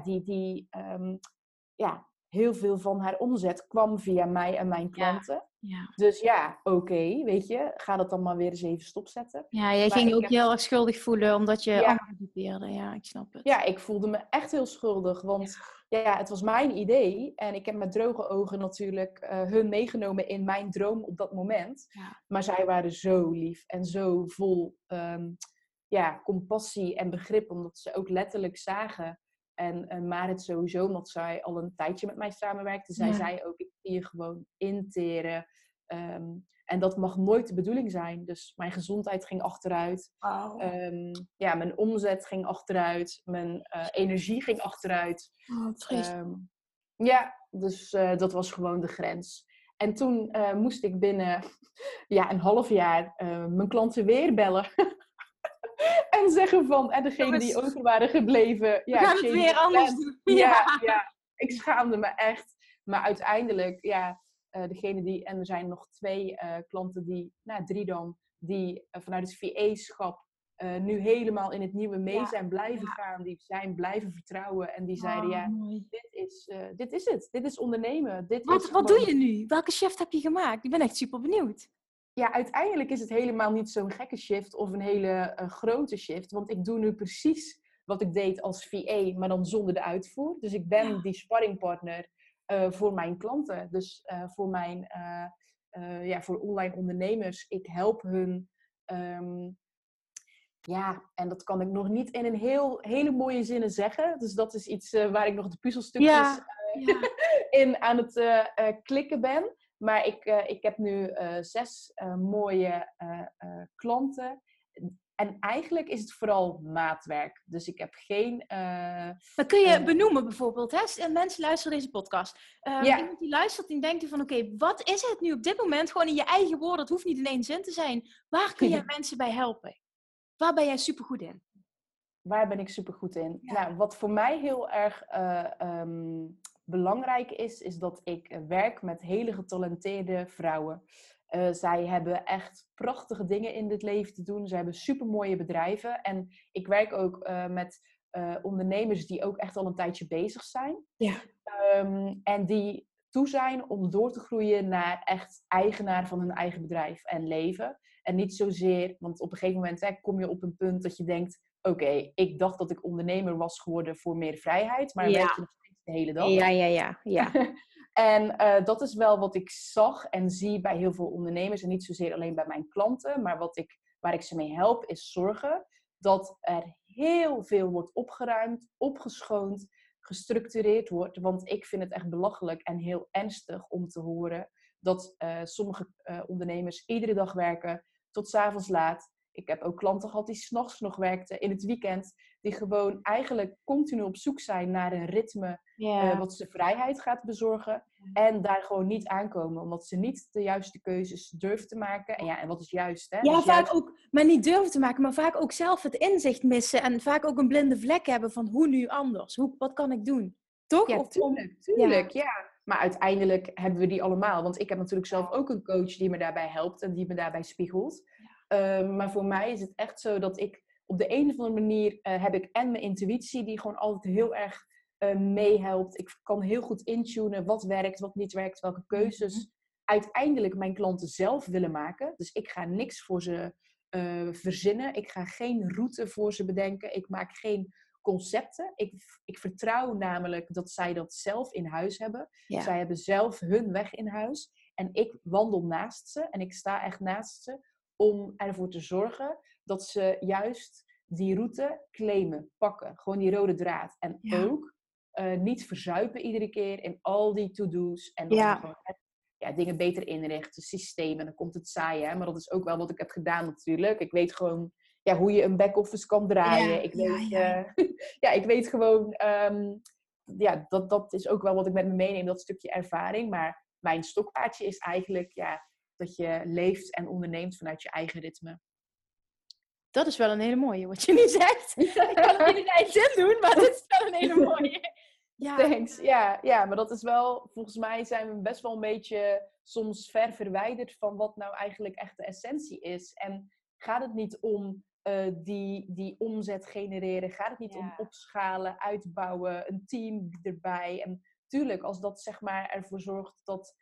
ja, heel veel van haar omzet kwam via mij en mijn Ja. klanten. Ja. Dus ja, oké, weet je. Ga dat dan maar weer eens even stopzetten. Ja, jij Maar ging ik ook heb heel erg schuldig voelen omdat je ja, anderen dupeerde. Ja, ik snap het. Ja, ik voelde me echt heel schuldig. Want ja, het was mijn idee. En ik heb met droge ogen natuurlijk hun meegenomen in mijn droom op dat moment. Ja. Maar zij waren zo lief en zo vol compassie en begrip. Omdat ze ook letterlijk zagen. En Marit sowieso, omdat zij al een tijdje met mij samenwerkte. Zij Ja. zei ook, ik zie je gewoon interen. En dat mag nooit de bedoeling zijn. Dus mijn gezondheid ging achteruit. Wauw. Mijn omzet ging achteruit. Mijn energie ging achteruit. Oh, triest. Dus dat was gewoon de grens. En toen moest ik binnen een half jaar mijn klanten weer bellen. En zeggen van, en degenen die over waren gebleven... We gaan het weer anders doen. Ja, ik schaamde me echt. Maar uiteindelijk, degene die... En er zijn nog 2 klanten die... 3 dan, die vanuit het VA-schap... nu helemaal in het nieuwe mee zijn blijven gaan. Die zijn blijven vertrouwen. En die zeiden, mooi. dit is het. Dit is ondernemen. Wat doe je nu? Welke shift heb je gemaakt? Ik ben echt super benieuwd. Ja, uiteindelijk is het helemaal niet zo'n gekke shift of een hele grote shift. Want ik doe nu precies wat ik deed als VA, maar dan zonder de uitvoer. Dus ik ben die sparringpartner voor mijn klanten. Dus voor online ondernemers. Ik help hun. En dat kan ik nog niet in een hele mooie zinnen zeggen. Dus dat is iets waar ik nog de puzzelstukjes in aan het klikken ben. Maar ik heb nu 6 mooie klanten. En eigenlijk is het vooral maatwerk. Dus ik heb geen... Dat kun je benoemen bijvoorbeeld. Hè? Mensen luisteren deze podcast. Iemand die luistert en denkt van... Oké, wat is het nu op dit moment? Gewoon in je eigen woorden. Het hoeft niet in 1 zin te zijn. Waar kun jij mensen bij helpen? Waar ben jij supergoed in? Waar ben ik supergoed in? Ja. Nou, wat voor mij heel erg belangrijk is dat ik werk met hele getalenteerde vrouwen. Zij hebben echt prachtige dingen in dit leven te doen. Ze hebben supermooie bedrijven. En ik werk ook met ondernemers die ook echt al een tijdje bezig zijn. Ja. En die toe zijn om door te groeien naar echt eigenaar van hun eigen bedrijf en leven. En niet zozeer, want op een gegeven moment kom je op een punt dat je denkt... Oké, ik dacht dat ik ondernemer was geworden voor meer vrijheid. Maar werk je nog steeds de hele dag. Ja. En dat is wel wat ik zag en zie bij heel veel ondernemers. En niet zozeer alleen bij mijn klanten. Maar waar ik ze mee help is zorgen dat er heel veel wordt opgeruimd, opgeschoond, gestructureerd wordt. Want ik vind het echt belachelijk en heel ernstig om te horen dat sommige ondernemers iedere dag werken tot 's avonds laat. Ik heb ook klanten gehad die 's nachts nog werkten in het weekend. Die gewoon eigenlijk continu op zoek zijn naar een ritme wat ze vrijheid gaat bezorgen. En daar gewoon niet aankomen. Omdat ze niet de juiste keuzes durven te maken. En wat is juist? Hè? Ja, dus vaak juist... ook, maar niet durven te maken. Maar vaak ook zelf het inzicht missen. En vaak ook een blinde vlek hebben van hoe nu anders? Wat kan ik doen? Toch? Ja, tuurlijk. Ja. Maar uiteindelijk hebben we die allemaal. Want ik heb natuurlijk zelf ook een coach die me daarbij helpt. En die me daarbij spiegelt. Maar voor mij is het echt zo dat ik op de een of andere manier heb ik en mijn intuïtie die gewoon altijd heel erg meehelpt. Ik kan heel goed intunen wat werkt, wat niet werkt, welke keuzes uiteindelijk mijn klanten zelf willen maken. Dus ik ga niks voor ze verzinnen. Ik ga geen route voor ze bedenken. Ik maak geen concepten. Ik vertrouw namelijk dat zij dat zelf in huis hebben. Ja. Zij hebben zelf hun weg in huis. En ik wandel naast ze en ik sta echt naast ze om ervoor te zorgen dat ze juist die route claimen, pakken. Gewoon die rode draad. En Ja. ook niet verzuipen iedere keer in al die to-do's. En dan Ja. gewoon dingen beter inrichten, systemen. Dan komt het saai, hè? Maar dat is ook wel wat ik heb gedaan natuurlijk. Ik weet gewoon hoe je een back-office kan draaien. Ja. Ik weet, ik weet gewoon... dat is ook wel wat ik met me meeneem, dat stukje ervaring. Maar mijn stokpaardje is eigenlijk dat je leeft en onderneemt vanuit je eigen ritme. Dat is wel een hele mooie, wat je nu zegt. Ik kan het niet in één zin doen, maar dit is wel een hele mooie. Ja. Thanks. Ja, maar dat is wel... Volgens mij zijn we best wel een beetje soms ver verwijderd van wat nou eigenlijk echt de essentie is. En gaat het niet om die omzet genereren? Gaat het niet om opschalen, uitbouwen, een team erbij? En tuurlijk, als dat zeg maar ervoor zorgt dat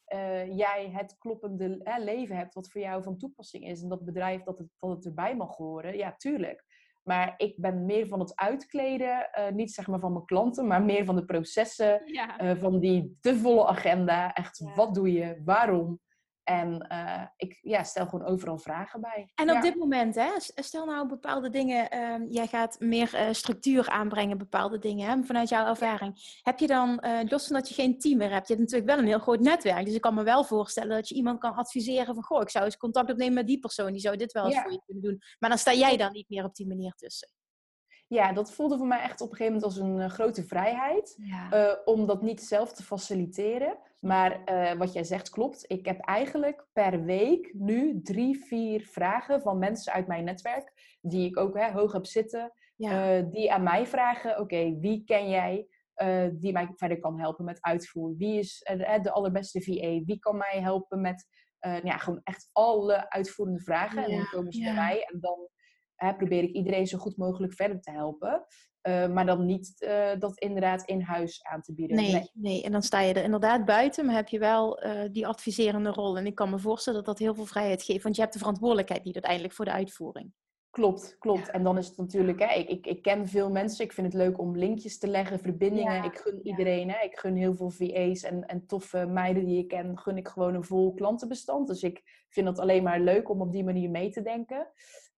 jij het kloppende leven hebt wat voor jou van toepassing is en dat bedrijf dat het erbij mag horen, ja, tuurlijk. Maar ik ben meer van het uitkleden, niet zeg maar van mijn klanten, maar meer van de processen, van die te volle agenda. Echt, wat doe je? Waarom? En ik stel gewoon overal vragen bij. En op dit moment, hè, stel nou bepaalde dingen, jij gaat meer structuur aanbrengen, bepaalde dingen, hè, vanuit jouw ervaring. Heb je dan, los van dat je geen team meer hebt, je hebt natuurlijk wel een heel groot netwerk. Dus ik kan me wel voorstellen dat je iemand kan adviseren van, goh, ik zou eens contact opnemen met die persoon, die zou dit wel eens voor je kunnen doen. Maar dan sta jij dan niet meer op die manier tussen. Ja, dat voelde voor mij echt op een gegeven moment als een grote vrijheid. Om dat niet zelf te faciliteren. Maar wat jij zegt klopt. Ik heb eigenlijk per week nu 3-4 vragen van mensen uit mijn netwerk. Die ik ook hoog heb zitten. Die aan mij vragen. Oké, wie ken jij die mij verder kan helpen met uitvoer? Wie is de allerbeste VA? Wie kan mij helpen met gewoon echt alle uitvoerende vragen? En dan komen ze bij mij en dan... probeer ik iedereen zo goed mogelijk verder te helpen. Maar dan niet dat inderdaad in huis aan te bieden. Nee, en dan sta je er inderdaad buiten, maar heb je wel die adviserende rol. En ik kan me voorstellen dat dat heel veel vrijheid geeft, want je hebt de verantwoordelijkheid niet uiteindelijk voor de uitvoering. Klopt. Ja. En dan is het natuurlijk, ik ken veel mensen. Ik vind het leuk om linkjes te leggen, verbindingen. Ik gun iedereen, ik gun heel veel VA's en toffe meiden die ik ken, gun ik gewoon een vol klantenbestand. Dus ik vind het alleen maar leuk om op die manier mee te denken.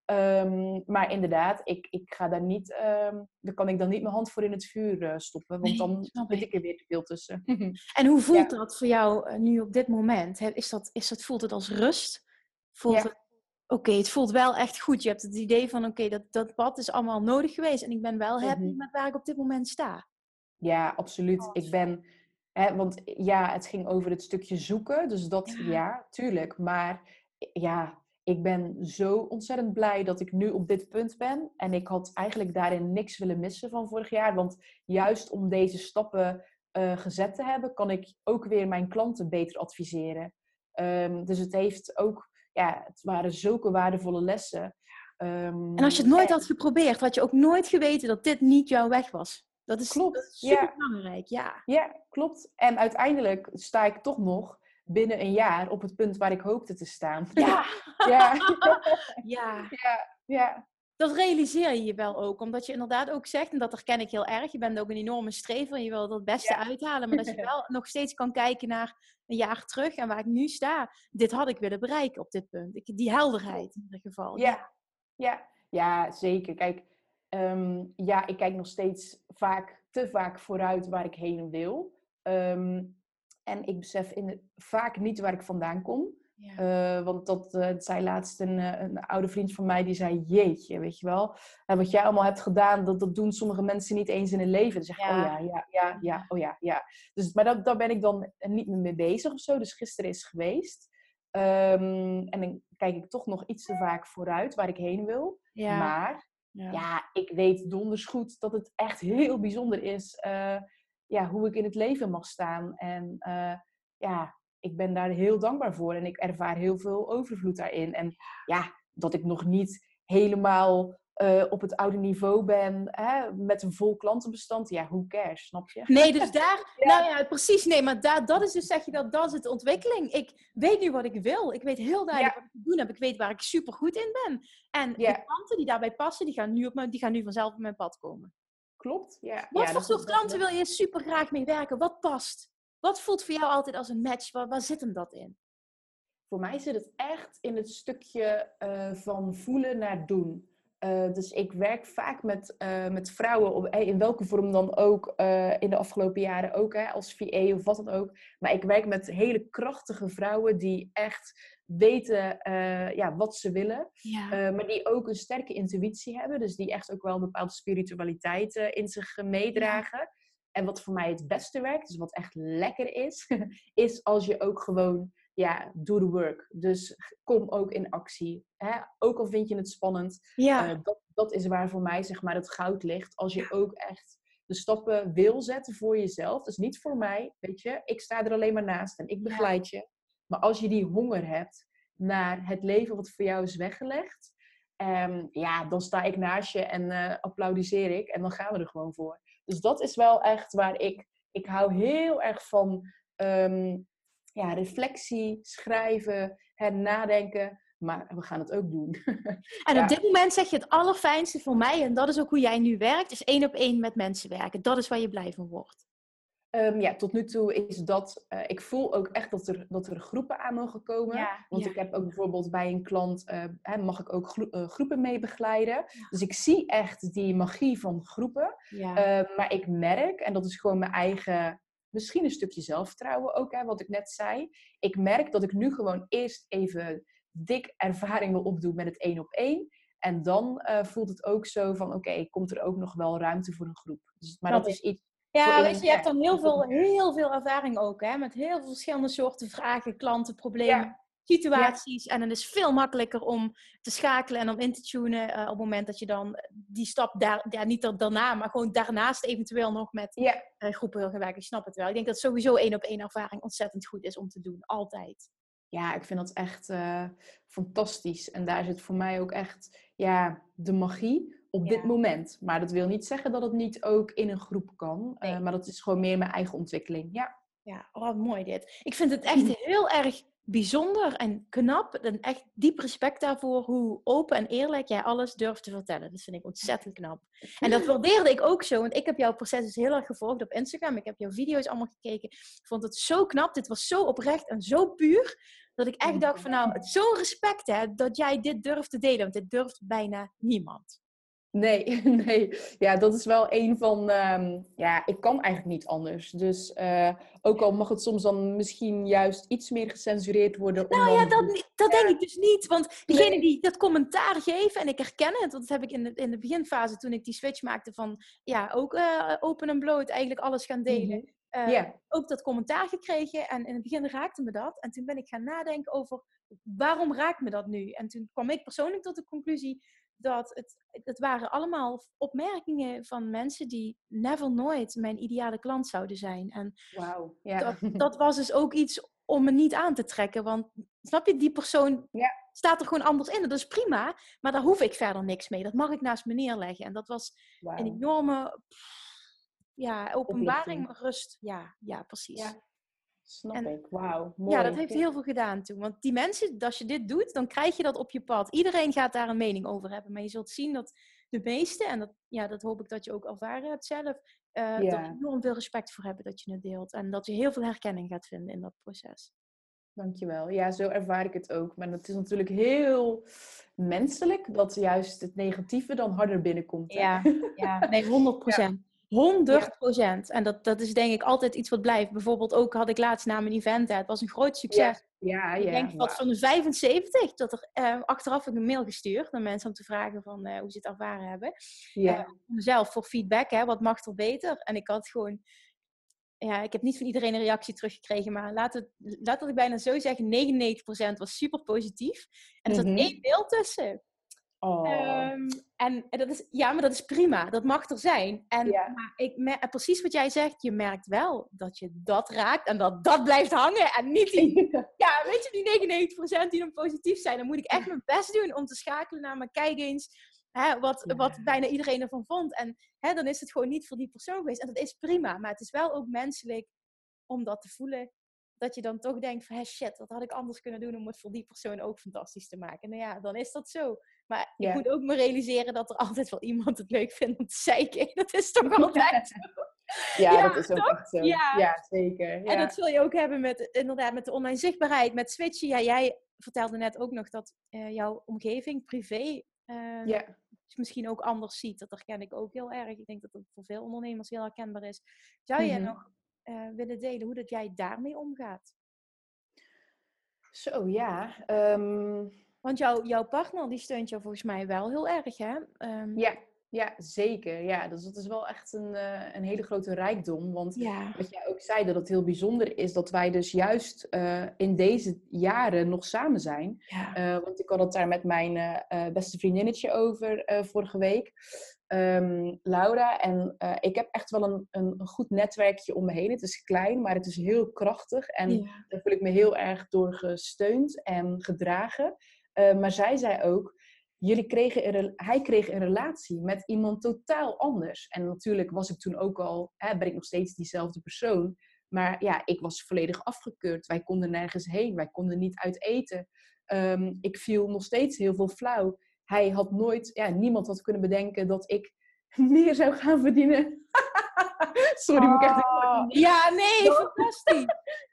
Maar inderdaad, ik ga daar niet, daar kan ik dan niet mijn hand voor in het vuur stoppen, want dan zit ik er weer te veel tussen. En hoe voelt dat voor jou nu op dit moment? Voelt het als rust? Oké, het voelt wel echt goed. Je hebt het idee van, dat pad is allemaal nodig geweest en ik ben wel happy met waar ik op dit moment sta. Ja, absoluut. Ik ben, want het ging over het stukje zoeken, dus dat, tuurlijk. Maar ik ben zo ontzettend blij dat ik nu op dit punt ben. En ik had eigenlijk daarin niks willen missen van vorig jaar. Want juist om deze stappen gezet te hebben, kan ik ook weer mijn klanten beter adviseren. Dus het heeft ook, het waren zulke waardevolle lessen. En als je het nooit had geprobeerd, had je ook nooit geweten dat dit niet jouw weg was. Dat is super belangrijk, Ja, klopt. En uiteindelijk sta ik toch nog binnen een jaar op het punt waar ik hoopte te staan. Ja. Dat realiseer je wel ook, omdat je inderdaad ook zegt, en dat herken ik heel erg, je bent ook een enorme strever en je wil er het beste uithalen, maar dat je wel nog steeds kan kijken naar een jaar terug en waar ik nu sta. Dit had ik willen bereiken op dit punt. Die helderheid in ieder geval. Ja, zeker. Kijk, ik kijk nog steeds te vaak vooruit waar ik heen wil. En ik besef vaak niet waar ik vandaan kom. Want dat zei laatst een oude vriend van mij, die zei, jeetje, weet je wel. Wat jij allemaal hebt gedaan, dat doen sommige mensen niet eens in hun leven. Dan zeg ik, Dus, maar daar ben ik dan niet meer mee bezig of zo. Dus gisteren is geweest. En dan kijk ik toch nog iets te vaak vooruit waar ik heen wil. Maar ik weet donders goed dat het echt heel bijzonder is hoe ik in het leven mag staan. En ik ben daar heel dankbaar voor. En ik ervaar heel veel overvloed daarin. En dat ik nog niet helemaal op het oude niveau ben, met een vol klantenbestand. Ja, who cares, snap je? Nee, dus daar, precies. Nee, maar dat is dus, zeg je dat is het ontwikkeling. Ik weet nu wat ik wil. Ik weet heel duidelijk wat ik te doen heb. Ik weet waar ik super goed in ben. En de klanten die daarbij passen, die gaan nu vanzelf op mijn pad komen. Klopt, ja. Wat voor soort klanten wil je super graag mee werken? Wat past? Wat voelt voor jou altijd als een match? Waar zit hem dat in? Voor mij zit het echt in het stukje van voelen naar doen. Dus ik werk vaak met vrouwen, in welke vorm dan ook, in de afgelopen jaren ook, als VA of wat dan ook. Maar ik werk met hele krachtige vrouwen die echt weten wat ze willen. Ja. Maar die ook een sterke intuïtie hebben. Dus die echt ook wel een bepaalde spiritualiteit in zich meedragen. En wat voor mij het beste werkt, dus wat echt lekker is, is als je ook gewoon do the work. Dus kom ook in actie. Hè? Ook al vind je het spannend. Ja. Dat is waar voor mij zeg maar het goud ligt. Als je ook echt de stappen wil zetten voor jezelf. Dus niet voor mij, weet je. Ik sta er alleen maar naast en ik begeleid je. Maar als je die honger hebt naar het leven wat voor jou is weggelegd. Dan sta ik naast je en applaudisseer ik. En dan gaan we er gewoon voor. Dus dat is wel echt waar ik hou heel erg van reflectie, schrijven, nadenken. Maar we gaan het ook doen. En op dit moment zeg je het allerfijnste voor mij, en dat is ook hoe jij nu werkt, is 1-op-1 met mensen werken. Dat is waar je blij van wordt. Tot nu toe is dat... ik voel ook echt dat er groepen aan mogen komen. Want ik heb ook bijvoorbeeld bij een klant... mag ik ook groepen mee begeleiden. Ja. Dus ik zie echt die magie van groepen. Ja. Maar ik merk, en dat is gewoon mijn eigen... Misschien een stukje zelfvertrouwen ook, wat ik net zei. Ik merk dat ik nu gewoon eerst even dik ervaring wil opdoen met het 1-op-1. En dan voelt het ook zo van, oké, komt er ook nog wel ruimte voor een groep. Dus, maar dat is iets... Ja, weet je hebt dan heel veel ervaring ook, met heel veel verschillende soorten vragen, klanten, problemen, situaties. Ja. En dan is het veel makkelijker om te schakelen en om in te tunen op het moment dat je dan die stap niet daarna, maar gewoon daarnaast eventueel nog met groepen wil gaan werken. Ik snap het wel. Ik denk dat sowieso 1-op-1 ervaring ontzettend goed is om te doen, altijd. Ja, ik vind dat echt fantastisch. En daar zit voor mij ook echt de magie op dit moment. Maar dat wil niet zeggen dat het niet ook in een groep kan. Nee. Maar dat is gewoon meer mijn eigen ontwikkeling. Ja, wat mooi dit. Ik vind het echt heel erg bijzonder en knap. En echt diep respect daarvoor hoe open en eerlijk jij alles durft te vertellen. Dat vind ik ontzettend knap. En dat waardeerde ik ook zo. Want ik heb jouw proces dus heel erg gevolgd op Instagram. Ik heb jouw video's allemaal gekeken. Ik vond het zo knap. Dit was zo oprecht en zo puur. Dat ik echt dacht van nou, zo'n respect dat jij dit durft te delen. Want dit durft bijna niemand. Nee. Ja, dat is wel een van... ik kan eigenlijk niet anders. Dus ook al mag het soms dan misschien juist iets meer gecensureerd worden. Dat denk ik dus niet. Want diegenen die dat commentaar geven, en ik herken het, want dat heb ik in de beginfase toen ik die switch maakte van ook open en bloot eigenlijk alles gaan delen. Ook dat commentaar gekregen en in het begin raakte me dat. En toen ben ik gaan nadenken over waarom raakt me dat nu? En toen kwam ik persoonlijk tot de conclusie dat het waren allemaal opmerkingen van mensen die never nooit mijn ideale klant zouden zijn. En dat was dus ook iets om me niet aan te trekken. Want snap je, die persoon staat er gewoon anders in. Dat is prima, maar daar hoef ik verder niks mee. Dat mag ik naast me neerleggen. En dat was een enorme openbaring, rust. Ja, precies. Ja. Snap ik. Wauw, mooi. Ja, dat heeft heel veel gedaan toen. Want die mensen, als je dit doet, dan krijg je dat op je pad. Iedereen gaat daar een mening over hebben. Maar je zult zien dat de meesten, en dat hoop ik dat je ook ervaren hebt zelf, dat je enorm veel respect voor hebben dat je het deelt. En dat je heel veel herkenning gaat vinden in dat proces. Dankjewel. Ja, zo ervaar ik het ook. Maar het is natuurlijk heel menselijk dat juist het negatieve dan harder binnenkomt. Hè? Ja, nee, 100%. 100%. En dat is denk ik altijd iets wat blijft. Bijvoorbeeld ook had ik laatst na mijn event. Het was een groot succes. Ik denk wat van de 75 dat er achteraf heb ik een mail gestuurd naar mensen om te vragen van hoe ze het ervaren hebben. Mezelf voor feedback. Wat mag er beter? En ik had gewoon... ik heb niet van iedereen een reactie teruggekregen, maar laat het ik bijna zo zeggen, 99% was super positief. En er zat 1 mail tussen. En maar dat is prima. Dat mag er zijn. Maar precies wat jij zegt, je merkt wel dat je dat raakt en dat blijft hangen. En niet die, weet je, die 99% die dan positief zijn. Dan moet ik echt mijn best doen om te schakelen naar mijn kijk eens. Wat bijna iedereen ervan vond. En dan is het gewoon niet voor die persoon geweest. En dat is prima. Maar het is wel ook menselijk om dat te voelen. Dat je dan toch denkt van, shit, wat had ik anders kunnen doen om het voor die persoon ook fantastisch te maken. Nou ja, dan is dat zo. Maar ik moet ook me realiseren dat er altijd wel iemand het leuk vindt om te zeiken. Dat is toch altijd zo. Ja, Ja, dat is ook toch? echt zo. Ja. Ja, zeker. En dat Ja. zul je ook hebben met, inderdaad, met de online zichtbaarheid, met switchen. Ja, jij vertelde net ook nog dat jouw omgeving, privé, Ja. misschien ook anders ziet. Dat herken ik ook heel erg. Ik denk dat dat voor veel ondernemers heel herkenbaar is. Zou je Mhm. nog willen delen hoe dat jij daarmee omgaat? Zo, ja. Want jouw partner die steunt jou volgens mij wel heel erg, hè? Ja, ja, zeker. Ja, dus dat is wel echt een hele grote rijkdom. Want Ja, wat jij ook zei, dat het heel bijzonder is dat wij dus juist in deze jaren nog samen zijn. ja, Want ik had het daar met mijn beste vriendinnetje over vorige week. Laura. En ik heb echt wel een goed netwerkje om me heen. Het is klein, maar het is heel krachtig. En ja, daar voel ik me heel erg door gesteund en gedragen. Maar zij zei ook, hij kreeg een relatie met iemand totaal anders. En natuurlijk was ik toen ook al, ben ik nog steeds diezelfde persoon. Maar ja, ik was volledig afgekeurd. Wij konden nergens heen. Wij konden niet uit eten. Ik viel nog steeds heel veel flauw. Hij had nooit, niemand had kunnen bedenken dat ik meer zou gaan verdienen. Sorry, moet ik echt heel hard oh, om ja, nee, lachen. fantastisch.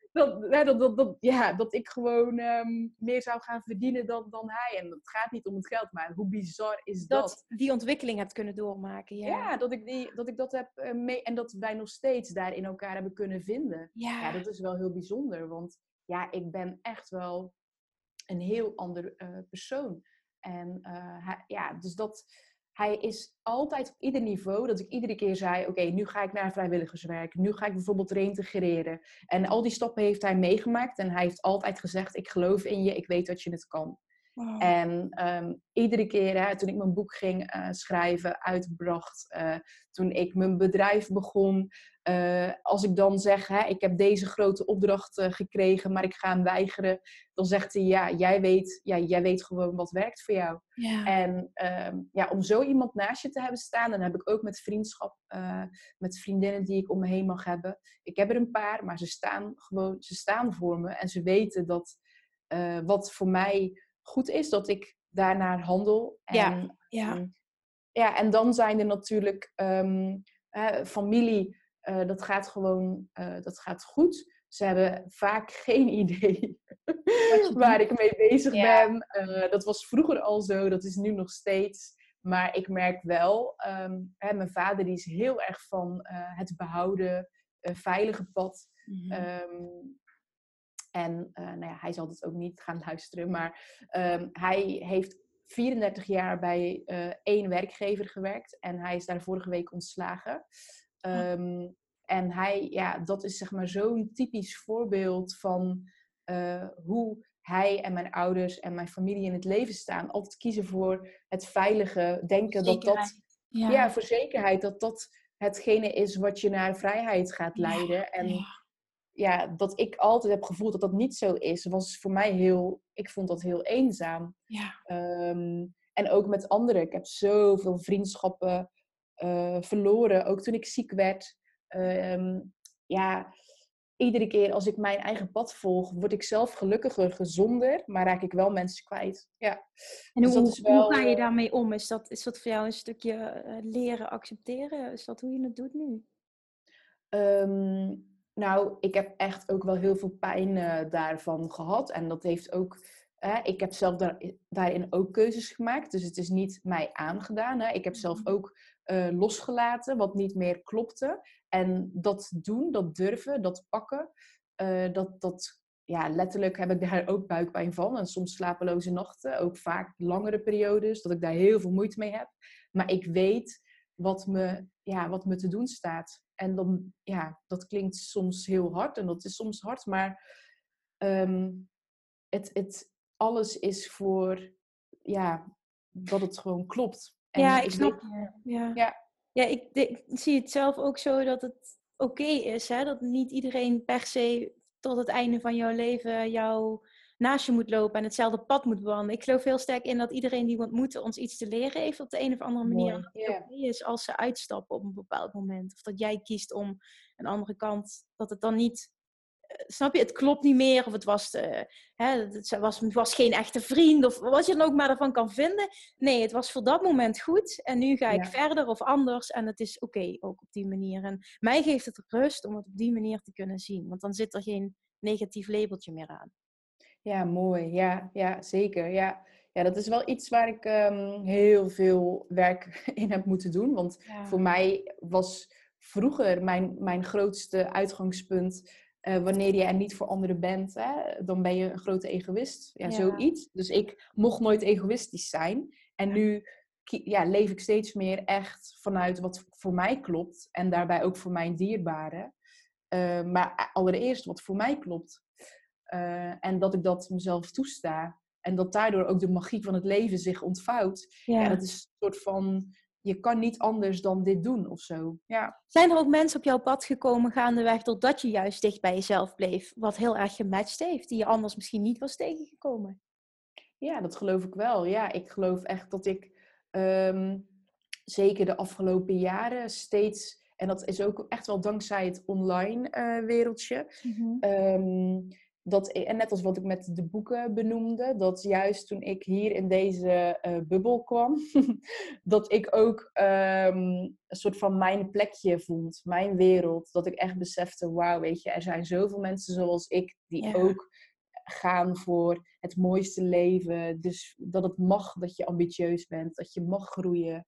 Dat ik gewoon meer zou gaan verdienen dan hij. En het gaat niet om het geld, maar hoe bizar is Dat dat? die ontwikkeling hebt kunnen doormaken, ja. Ja, dat ik dat heb mee en dat wij nog steeds daarin elkaar hebben kunnen vinden. Ja, Ja, dat is wel heel bijzonder, want ja, ik ben echt wel een heel ander persoon. En dus hij is altijd op ieder niveau, dat ik iedere keer zei, oké, nu ga ik naar vrijwilligerswerk. Nu ga ik bijvoorbeeld reïntegreren. En al die stappen heeft hij meegemaakt. En hij heeft altijd gezegd, ik geloof in je, ik weet dat je het kan. wow. En iedere keer, toen ik mijn boek ging schrijven, uitbracht, toen ik mijn bedrijf begon, als ik dan zeg, ik heb deze grote opdracht gekregen, maar ik ga hem weigeren, dan zegt hij, ja, jij weet gewoon wat werkt voor jou. Ja, En om zo iemand naast je te hebben staan, dan heb ik ook met vriendschap, met vriendinnen die ik om me heen mag hebben. Ik heb er een paar, maar ze staan voor me en ze weten dat wat voor mij goed is, dat ik daarnaar handel. ja, En, ja. en dan zijn er natuurlijk familie, dat gaat goed. Ze hebben vaak geen idee Wat je waar doet. ik mee bezig Ja, ben. Dat was vroeger al zo, dat is nu nog steeds. Maar ik merk wel, mijn vader die is heel erg van het behouden, veilige pad. mhm. Um, hij zal het ook niet gaan luisteren, maar hij heeft 34 jaar bij één werkgever gewerkt en hij is daar vorige week ontslagen. En dat is zeg maar zo'n typisch voorbeeld van hoe hij en mijn ouders en mijn familie in het leven staan. Altijd kiezen voor het veilige, denken dat Zekerheid. dat, Ja, voor zekerheid, dat dat hetgene is wat je naar vrijheid gaat ja, leiden. En ja, ja, dat ik altijd heb gevoeld dat dat niet zo is, was voor mij ik vond dat heel eenzaam. ja. En ook met anderen. Ik heb zoveel vriendschappen verloren, ook toen ik ziek werd. Ehm, ja, iedere keer als ik mijn eigen pad volg, word ik zelf gelukkiger, gezonder, maar raak ik wel mensen kwijt. Ja, En dus dat is hoe ga wel. je daarmee om? Is dat voor jou een stukje leren accepteren? Is dat hoe je het doet nu? Ehm, nou, ik heb echt ook wel heel veel pijn daarvan gehad. En dat heeft ook. Ik heb zelf daarin ook keuzes gemaakt. Dus het is niet mij aangedaan. Hè. Ik heb zelf Mhm. ook losgelaten wat niet meer klopte. En dat doen, dat durven, dat pakken. Letterlijk heb ik daar ook buikpijn van. En soms slapeloze nachten. Ook vaak langere periodes. Dat ik daar heel veel moeite mee heb. Maar ik weet wat me te doen staat. En dan, dat klinkt soms heel hard en dat is soms hard, maar ehm, alles is voor, dat het gewoon klopt. Ja, En ik ik snap weet, je. Ja, ja, ja ik zie het zelf ook zo dat het oké is. Hè? Dat niet iedereen per se tot het einde van jouw leven jou naast je moet lopen en hetzelfde pad moet wandelen. Ik geloof heel sterk in dat iedereen die we ontmoeten ons iets te leren heeft op de een of andere manier. En mooi. dat het Ja, oké is als ze uitstappen op een bepaald moment. Of dat jij kiest om een andere kant, dat het dan niet snap je, het klopt niet meer. Of het was, was geen echte vriend. Of wat je dan ook maar ervan kan vinden. Nee, het was voor dat moment goed. En nu ga ik Ja. verder of anders. En het is oké, ook op die manier. En mij geeft het rust om het op die manier te kunnen zien. Want dan zit er geen negatief labeltje meer aan. Ja, mooi. Ja, ja, zeker. Ja. Ja, dat is wel iets waar ik heel veel werk in heb moeten doen. Want voor Ja, mij was vroeger mijn grootste uitgangspunt... wanneer je er niet voor anderen bent, hè, dan ben je een grote egoïst. Ja, ja, zoiets. Dus ik mocht nooit egoïstisch zijn. En nu leef ik steeds meer echt vanuit wat voor mij klopt. En daarbij ook voor mijn dierbaren. Maar allereerst wat voor mij klopt. En dat ik dat mezelf toesta. En dat daardoor ook de magie van het leven zich ontvouwt. Ja, ja. dat is een soort van... Je kan niet anders dan dit doen of zo. Ja, Zijn er ook mensen op jouw pad gekomen gaandeweg doordat je juist dicht bij jezelf bleef, wat heel erg gematcht heeft, die je anders misschien niet was tegengekomen? ja, dat geloof ik wel. Ja, ik geloof echt dat ik zeker de afgelopen jaren steeds... En dat is ook echt wel dankzij het online wereldje. Mhm. En net als wat ik met de boeken benoemde, dat juist toen ik hier in deze bubbel kwam, dat ik ook een soort van mijn plekje vond, mijn wereld. Dat ik echt besefte, wauw, weet je, er zijn zoveel mensen zoals ik die Ja, ook gaan voor het mooiste leven. Dus dat het mag dat je ambitieus bent, dat je mag groeien.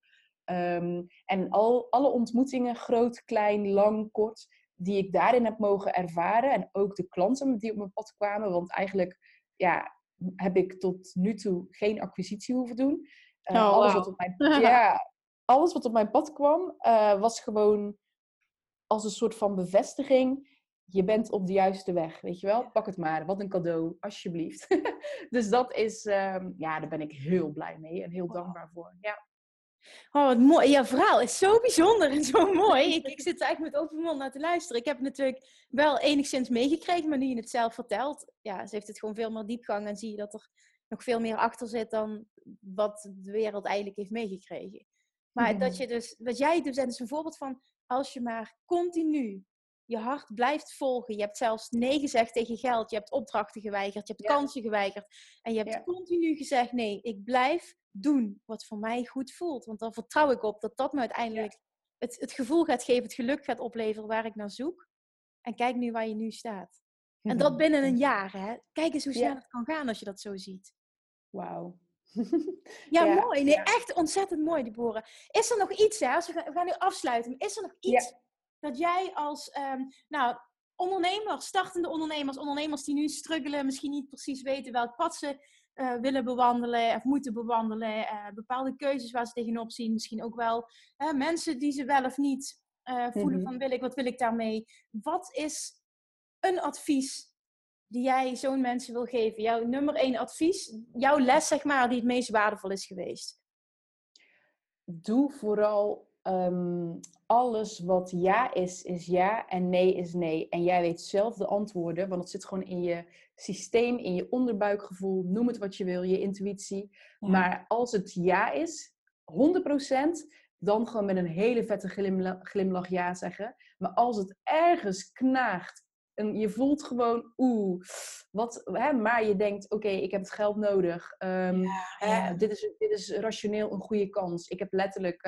En alle ontmoetingen, groot, klein, lang, kort, die ik daarin heb mogen ervaren. En ook de klanten die op mijn pad kwamen. Want eigenlijk heb ik tot nu toe geen acquisitie hoeven doen. oh, Alles wat wauw. op alles wat op mijn pad kwam, was gewoon als een soort van bevestiging. Je bent op de juiste weg, weet je wel? Pak het maar. Wat een cadeau, alsjeblieft. Dus dat is, daar ben ik heel blij mee en heel dankbaar voor. Ja. Oh, wat mooi. Jouw verhaal is zo bijzonder en zo mooi. Ik zit er eigenlijk met open mond naar te luisteren. Ik heb het natuurlijk wel enigszins meegekregen, maar nu je het zelf vertelt, ja, ze heeft het gewoon veel meer diepgang en zie je dat er nog veel meer achter zit dan wat de wereld eigenlijk heeft meegekregen. Maar dat jij dus, en is een voorbeeld van, als je maar continu je hart blijft volgen. Je hebt zelfs nee gezegd tegen geld. Je hebt opdrachten geweigerd. Je hebt Ja, kansen geweigerd. En je hebt ja, continu gezegd, nee, ik blijf doen wat voor mij goed voelt. Want dan vertrouw ik op dat dat me ja. uiteindelijk het gevoel gaat geven, het geluk gaat opleveren waar ik naar zoek. En kijk nu waar je nu staat. En dat binnen een jaar, hè? Kijk eens hoe snel Ja, het kan gaan als je dat zo ziet. wauw. Ja, Ja, mooi. Nee, ja, echt ontzettend mooi, Deborah. Is er nog iets, hè? We gaan nu afsluiten. Maar is er nog iets ja. dat jij als ondernemers, startende ondernemers, ondernemers die nu struggelen, misschien niet precies weten welk pad ze willen bewandelen of moeten bewandelen, bepaalde keuzes waar ze tegenop zien, misschien ook wel mensen die ze wel of niet voelen Mhm. van wat wil ik daarmee? Wat is een advies die jij zo'n mensen wil geven? Jouw nummer 1 advies, jouw les zeg maar, die het meest waardevol is geweest. Doe vooral alles wat ja is ja en nee is nee. En jij weet zelf de antwoorden, want het zit gewoon in je systeem, in je onderbuikgevoel, noem het wat je wil, je intuïtie. Ja. Maar als het ja is, 100%, dan gewoon met een hele vette glimlach ja zeggen. Maar als het ergens knaagt en je voelt gewoon, maar je denkt, oké, ik heb het geld nodig. Ja. Dit is rationeel een goede kans. Ik heb letterlijk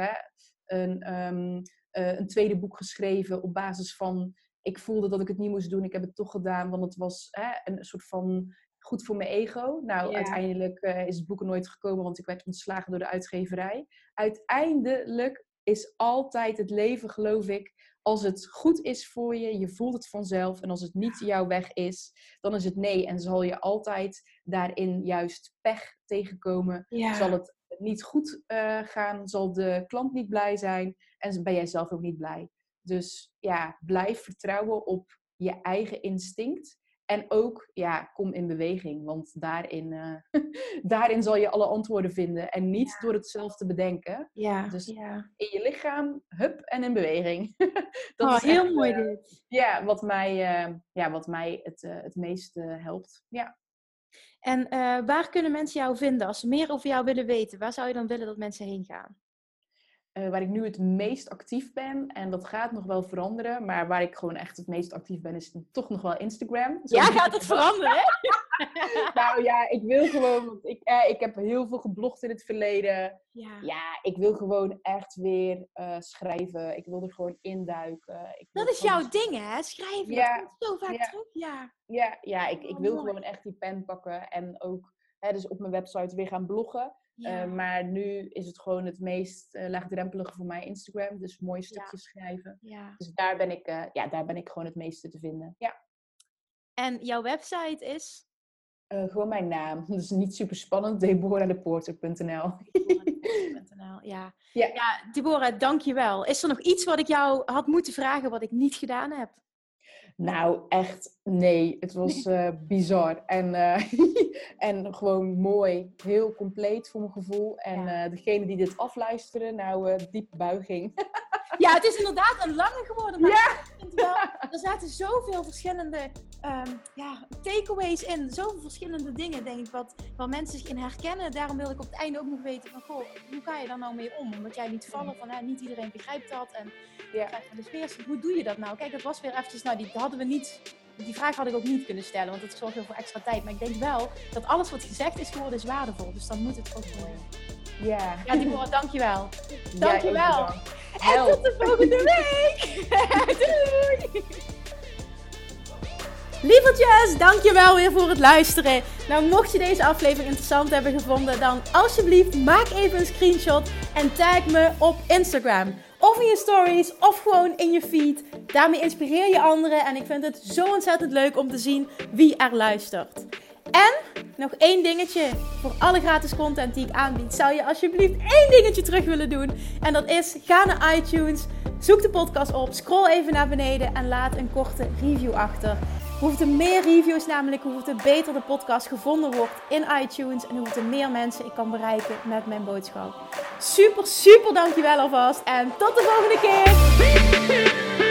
een tweede boek geschreven op basis van... Ik voelde dat ik het niet moest doen. Ik heb het toch gedaan, want het was een soort van goed voor mijn ego. Nou, Ja. uiteindelijk is het boek er nooit gekomen, want ik werd ontslagen door de uitgeverij. Uiteindelijk is altijd het leven, geloof ik, als het goed is voor je, je voelt het vanzelf. En als het niet jouw weg is, dan is het nee. En zal je altijd daarin juist pech tegenkomen. Zal Ja. het niet goed gaan, zal de klant niet blij zijn en ben jij zelf ook niet blij. Dus ja, blijf vertrouwen op je eigen instinct. En ook, ja, kom in beweging. Want daarin zal je alle antwoorden vinden. En niet door het zelf te bedenken. Ja. Dus Ja. in je lichaam, hup, en in beweging. Dat Oh, is heel echt mooi dit. wat mij het meest helpt. Ja. En waar kunnen mensen jou vinden? Als ze meer over jou willen weten, waar zou je dan willen dat mensen heen gaan? waar ik nu het meest actief ben. En dat gaat nog wel veranderen. Maar waar ik gewoon echt het meest actief ben, is toch nog wel Instagram. Ja, gaat het veranderen? Nou ja, ik wil gewoon... Want ik heb heel veel geblogd in het verleden. Ja, ik wil gewoon echt weer schrijven. Ik wil er gewoon induiken. Dat is jouw ding, hè? Schrijven. Ja, dat komt zo vaak terug. Ik wil gewoon echt die pen pakken. En ook dus op mijn website weer gaan bloggen. Ja. Maar nu is het gewoon het meest laagdrempelige voor mij Instagram. Dus mooie stukjes schrijven. Ja. Dus daar ben ik gewoon het meeste te vinden. Ja. En jouw website is? Gewoon mijn naam. Dat is niet super spannend. DeborahDePoorter.nl. Ja, Deborah, dankjewel. Is er nog iets wat ik jou had moeten vragen wat ik niet gedaan heb? Nou, echt nee. Het was bizar. En gewoon mooi. Heel compleet voor mijn gevoel. En degene die dit afluisteren, nou, diepe buiging. Ja, het is inderdaad een lange geworden. Maar Ja. ik vind wel, er zaten zoveel verschillende takeaways in. Zoveel verschillende dingen, denk ik, waar mensen zich in herkennen. Daarom wil ik op het einde ook nog weten van, goh, hoe ga je daar nou mee om? Omdat jij liet vallen van, niet iedereen begrijpt dat. En dus weer, hoe doe je dat nou? Kijk, dat was weer eventjes, die vraag had ik ook niet kunnen stellen, want dat zorgt heel veel extra tijd. Maar ik denk wel dat alles wat gezegd is geworden is waardevol. Dus dan moet het ook worden. Ja. Ja, Deborah, dankjewel. Dankjewel. En tot de volgende week. Doei. Lievertjes, dankjewel weer voor het luisteren. Nou, mocht je deze aflevering interessant hebben gevonden, dan alsjeblieft maak even een screenshot en tag me op Instagram. Of in je stories, of gewoon in je feed. Daarmee inspireer je anderen en ik vind het zo ontzettend leuk om te zien wie er luistert. En nog één dingetje. Voor alle gratis content die ik aanbied, zou je alsjeblieft één dingetje terug willen doen. En dat is, ga naar iTunes, zoek de podcast op, scroll even naar beneden en laat een korte review achter. Hoeveel meer reviews namelijk, hoeveel beter de podcast gevonden wordt in iTunes. En hoeveel meer mensen ik kan bereiken met mijn boodschap. Super, super dankjewel alvast. En tot de volgende keer.